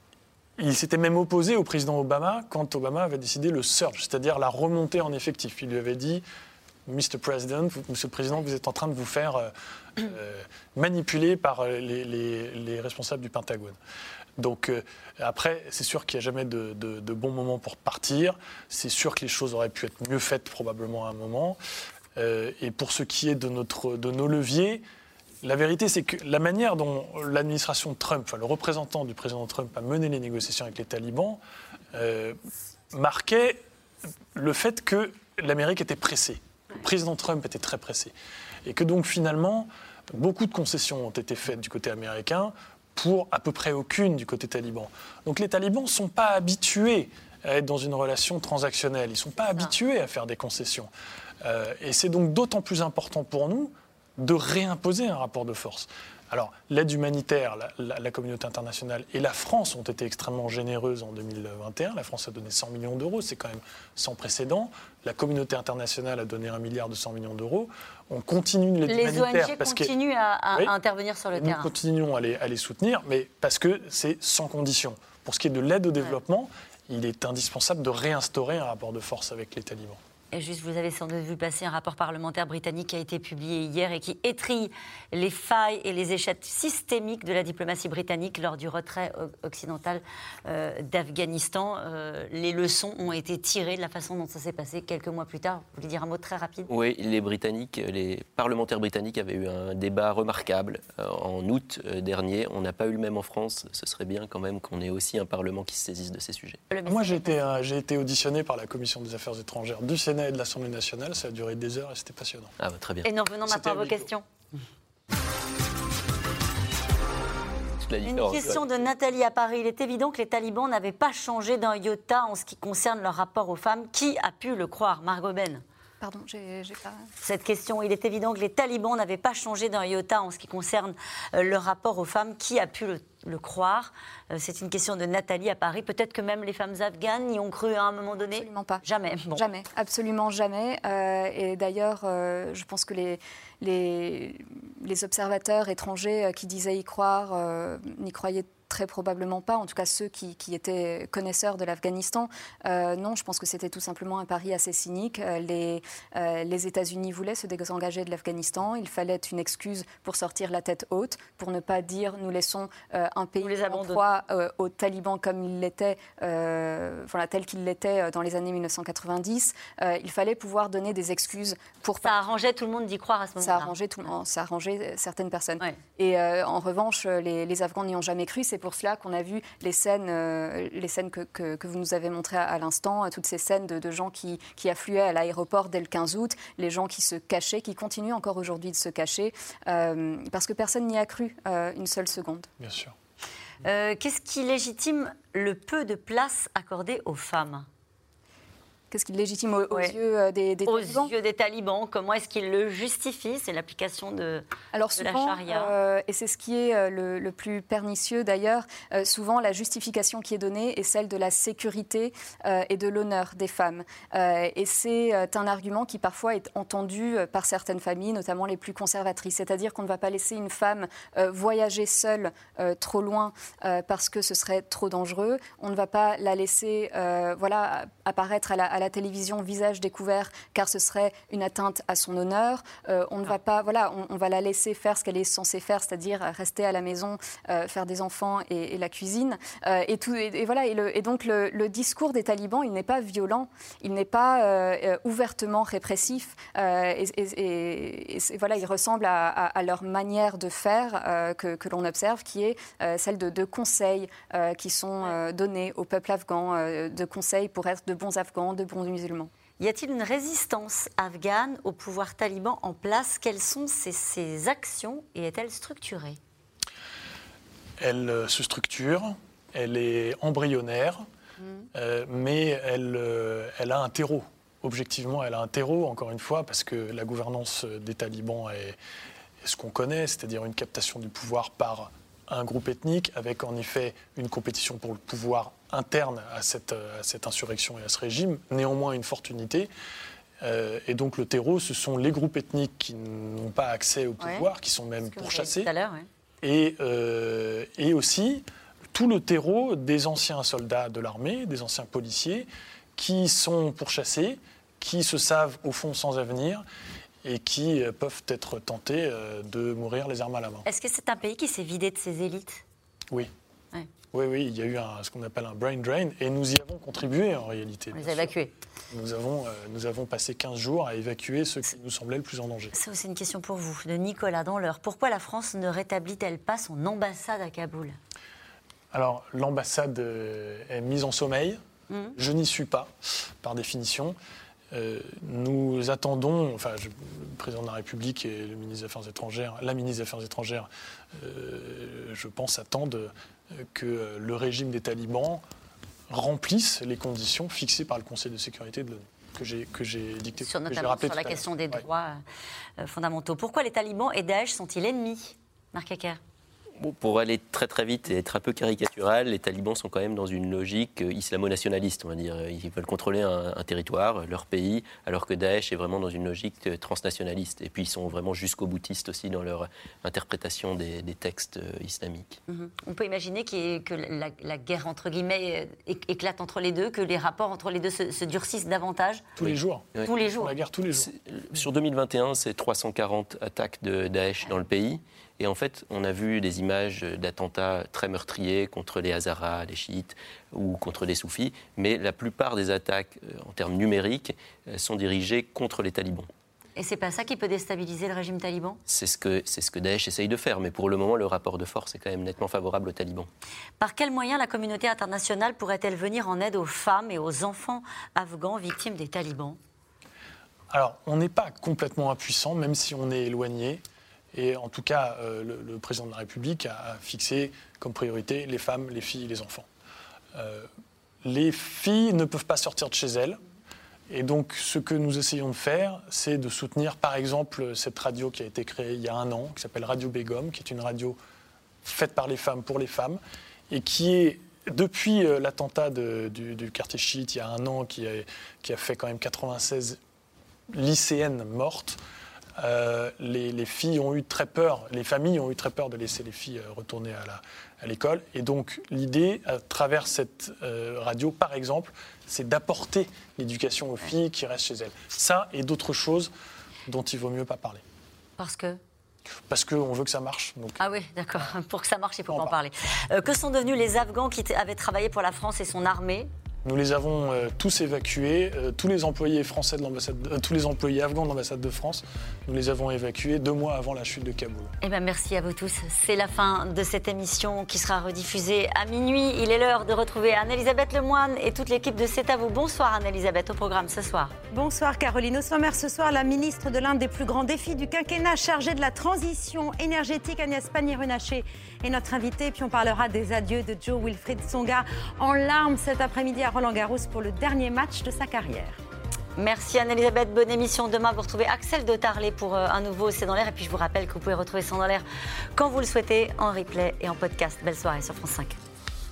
Il s'était même opposé au président Obama quand Obama avait décidé le surge, c'est-à-dire la remontée en effectif. Il lui avait dit « Mister President, vous, Monsieur le Président, vous êtes en train de vous faire euh, euh, manipuler par les, les, les responsables du Pentagone ». Donc euh, après, c'est sûr qu'il n'y a jamais de, de, de bon moment pour partir. C'est sûr que les choses auraient pu être mieux faites probablement à un moment. Euh, et pour ce qui est de, notre, de nos leviers, la vérité, c'est que la manière dont l'administration Trump, enfin, le représentant du président Trump a mené les négociations avec les talibans, euh, marquait le fait que l'Amérique était pressée. Le président Trump était très pressé. Et que donc finalement, beaucoup de concessions ont été faites du côté américain pour à peu près aucune du côté taliban. Donc les talibans ne sont pas habitués à être dans une relation transactionnelle. Ils ne sont pas habitués à faire des concessions. Euh, et c'est donc d'autant plus important pour nous de réimposer un rapport de force. Alors, l'aide humanitaire, la, la, la communauté internationale et la France ont été extrêmement généreuses en deux mille vingt et un. La France a donné cent millions d'euros, c'est quand même sans précédent. La communauté internationale a donné un milliard de cent millions d'euros. On continue l'aide les humanitaire. O N G parce continuent que, à, à, oui, à intervenir sur le nous terrain. Nous continuons à les, à les soutenir, mais parce que c'est sans condition. Pour ce qui est de l'aide au développement, ouais. il est indispensable de réinstaurer un rapport de force avec les talibans. Et juste, vous avez sans doute vu passer un rapport parlementaire britannique qui a été publié hier et qui étrille les failles et les échecs systémiques de la diplomatie britannique lors du retrait occidental euh, d'Afghanistan. Euh, les leçons ont été tirées de la façon dont ça s'est passé quelques mois plus tard. Vous voulez dire un mot très rapide? Oui, les Britanniques, les parlementaires britanniques avaient eu un débat remarquable euh, en août euh, dernier. On n'a pas eu le même en France. Ce serait bien quand même qu'on ait aussi un Parlement qui se saisisse de ces sujets. Moi, j'ai été, euh, j'ai été auditionné par la Commission des Affaires étrangères du Sénat et de l'Assemblée nationale, ça a duré des heures et c'était passionnant. Ah bah, très bien. Et nous revenons maintenant à vos questions. Une question de Nathalie à Paris. Il est évident que les talibans n'avaient pas changé d'un iota en ce qui concerne leur rapport aux femmes. Qui a pu le croire? Margot Ben. Pardon, j'ai, j'ai pas... Cette question, il est évident que les talibans n'avaient pas changé d'un iota en ce qui concerne euh, leur rapport aux femmes. Qui a pu le, le croire? euh, C'est une question de Nathalie à Paris. Peut-être que même les femmes afghanes y ont cru à un moment donné? Absolument pas. Jamais. Bon. Jamais, absolument jamais. Euh, et d'ailleurs, euh, je pense que les, les, les observateurs étrangers qui disaient y croire euh, n'y croyaient Très probablement pas, en tout cas ceux qui, qui étaient connaisseurs de l'Afghanistan. Euh, non, je pense que c'était tout simplement un pari assez cynique. Euh, les, euh, les États-Unis voulaient se désengager de l'Afghanistan. Il fallait une excuse pour sortir la tête haute, pour ne pas dire nous laissons euh, un pays en proie euh, aux talibans comme il l'était, euh, voilà, tel qu'il l'était dans les années mille neuf cent quatre-vingt-dix. Euh, il fallait pouvoir donner des excuses pour... Ça arrangeait tout le monde d'y croire à ce moment-là. Ça arrangeait, tout, ça arrangeait certaines personnes. Ouais. Et euh, en revanche, les, les Afghans n'y ont jamais cru. C'est pour cela qu'on a vu les scènes, euh, les scènes que, que, que vous nous avez montrées à, à l'instant, toutes ces scènes de, de gens qui, qui affluaient à l'aéroport dès le quinze août, les gens qui se cachaient, qui continuent encore aujourd'hui de se cacher, euh, parce que personne n'y a cru euh, une seule seconde. Bien sûr. Euh, qu'est-ce qui légitime le peu de place accordée aux femmes ? Qu'est-ce qui légitime aux, ouais. aux yeux des, des aux talibans Aux yeux des talibans, comment est-ce qu'ils le justifient ? C'est l'application de, Alors de souvent, la charia. Euh, et c'est ce qui est euh, le, le plus pernicieux d'ailleurs, euh, souvent la justification qui est donnée est celle de la sécurité euh, et de l'honneur des femmes. Euh, et c'est euh, un argument qui parfois est entendu euh, par certaines familles, notamment les plus conservatrices. C'est-à-dire qu'on ne va pas laisser une femme euh, voyager seule euh, trop loin euh, parce que ce serait trop dangereux. On ne va pas la laisser euh, voilà, apparaître à la, à la télévision visage découvert car ce serait une atteinte à son honneur. Euh, on ne va pas, voilà, on, on va la laisser faire ce qu'elle est censée faire, c'est-à-dire rester à la maison, euh, faire des enfants et, et la cuisine. Euh, et, tout, et, et voilà. Et, le, et donc le, le discours des talibans, il n'est pas violent, il n'est pas euh, ouvertement répressif. Euh, et, et, et, et voilà, il ressemble à, à, à leur manière de faire euh, que, que l'on observe, qui est euh, celle de, de conseils euh, qui sont euh, donnés au peuple afghan, euh, de conseils pour être de bons Afghans, de bons musulmans. Y a-t-il une résistance afghane au pouvoir taliban en place ? Quelles sont ses, ses actions et est-elle structurée ? Elle euh, se structure, elle est embryonnaire, mmh. euh, mais elle, euh, elle a un terreau. Objectivement, elle a un terreau, encore une fois, parce que la gouvernance des talibans est, est ce qu'on connaît, c'est-à-dire une captation du pouvoir par un groupe ethnique, avec en effet une compétition pour le pouvoir interne à cette, à cette insurrection et à ce régime, néanmoins une forte unité. Euh, et donc le terreau, ce sont les groupes ethniques qui n'ont pas accès au pouvoir, ouais. qui sont même pourchassés. Tout à l'heure, ouais. et, euh, et aussi tout le terreau des anciens soldats de l'armée, des anciens policiers, qui sont pourchassés, qui se savent au fond sans avenir, et qui peuvent être tentés de mourir les armes à la main. Est-ce que c'est un pays qui s'est vidé de ses élites ? Oui. Ouais. Oui, oui, il y a eu un, ce qu'on appelle un brain drain, et nous y avons contribué en réalité. On les a évacués. Nous avons, euh, nous avons passé quinze jours à évacuer ceux qui nous semblaient le plus en danger. Ça aussi une question pour vous, de Nicolas dans l'heure. Pourquoi la France ne rétablit-elle pas son ambassade à Kaboul ? Alors, l'ambassade euh, est mise en sommeil. Mmh. Je n'y suis pas, par définition. Euh, nous attendons, enfin, je, le président de la République et le ministre des Affaires étrangères, la ministre des Affaires étrangères, euh, je pense, attendent que le régime des talibans remplisse les conditions fixées par le Conseil de sécurité de l'ONU, que j'ai, que j'ai dicté, sur, que notamment j'ai rappelé sur la tout à question l'heure. des droits ouais. euh, fondamentaux. Pourquoi les talibans et Daesh sont-ils ennemis, Marc Hacker ? Bon, pour aller très très vite et être un peu caricatural, les talibans sont quand même dans une logique islamo-nationaliste, on va dire. Ils veulent contrôler un, un territoire, leur pays, alors que Daesh est vraiment dans une logique transnationaliste. Et puis ils sont vraiment jusqu'au boutiste aussi dans leur interprétation des, des textes islamiques. Mmh. On peut imaginer que la, la guerre, entre guillemets, éclate entre les deux, que les rapports entre les deux se, se durcissent davantage. Tous les jours. Oui. Tous les jours. La guerre tous les jours. Sur deux mille vingt et un, c'est trois cent quarante attaques de Daesh dans le pays. Et en fait, on a vu des images d'attentats très meurtriers contre les Hazaras, les chiites, ou contre les soufis. Mais la plupart des attaques, en termes numériques, sont dirigées contre les talibans. Et c'est pas ça qui peut déstabiliser le régime taliban ? C'est ce que, c'est ce que Daesh essaye de faire. Mais pour le moment, le rapport de force est quand même nettement favorable aux talibans. Par quels moyens la communauté internationale pourrait-elle venir en aide aux femmes et aux enfants afghans victimes des talibans ? Alors, on n'est pas complètement impuissant, même si on est éloigné. Et en tout cas, euh, le, le président de la République a fixé comme priorité les femmes, les filles et les enfants. Euh, les filles ne peuvent pas sortir de chez elles. Et donc, ce que nous essayons de faire, c'est de soutenir, par exemple, cette radio qui a été créée il y a un an, qui s'appelle Radio Begum, qui est une radio faite par les femmes, pour les femmes, et qui est, depuis euh, l'attentat de, du, du quartier chiite, il y a un an, qui a, qui a fait quand même quatre-vingt-seize lycéennes mortes, euh, les, les filles ont eu très peur, les familles ont eu très peur de laisser les filles retourner à, la, à l'école. Et donc l'idée, à travers cette euh, radio, par exemple, c'est d'apporter l'éducation aux filles qui restent chez elles. Ça et d'autres choses dont il vaut mieux pas parler. Parce que Parce qu'on veut que ça marche. Donc... Ah oui, d'accord. Pour que ça marche, il faut pas en parler. Euh, que sont devenus les Afghans qui t- avaient travaillé pour la France et son armée ? Nous les avons euh, tous évacués, euh, tous les employés français de l'ambassade, euh, tous les employés afghans de l'ambassade de France, nous les avons évacués deux mois avant la chute de Kaboul. Eh bien, merci à vous tous. C'est la fin de cette émission qui sera rediffusée à minuit. Il est l'heure de retrouver Anne-Elisabeth Lemoine et toute l'équipe de C'est à vous. Bonsoir Anne-Elisabeth, au programme ce soir. Bonsoir Caroline. Au sommaire ce soir, la ministre de l'un des plus grands défis du quinquennat chargée de la transition énergétique, Agnès Pannier-Runacher, est notre invitée. Puis on parlera des adieux de Joe Wilfried Tsonga en larmes cet après-midi à Roland-Garros pour le dernier match de sa carrière. Merci Anne-Elisabeth, bonne émission. Demain, vous retrouvez Axel de Tarlet pour euh, un nouveau C'est dans l'air. Et puis je vous rappelle que vous pouvez retrouver C'est dans l'air quand vous le souhaitez, en replay et en podcast. Belle soirée sur France cinq.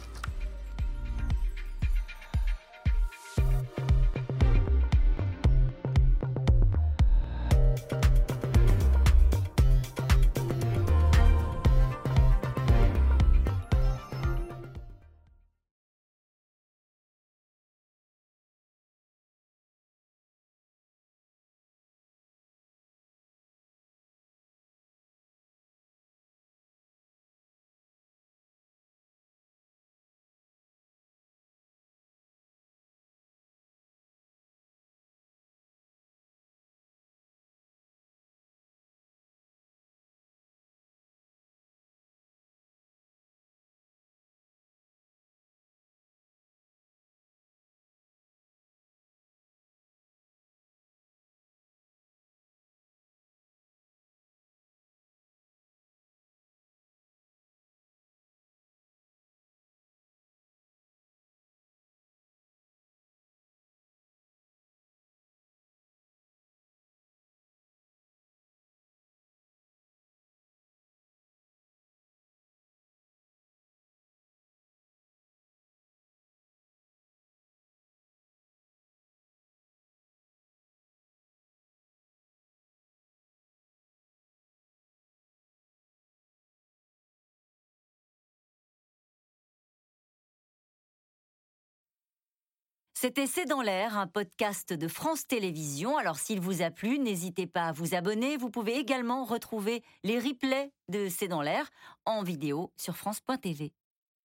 C'était C'est dans l'air, un podcast de France Télévisions. Alors s'il vous a plu, n'hésitez pas à vous abonner. Vous pouvez également retrouver les replays de C'est dans l'air en vidéo sur France point T V.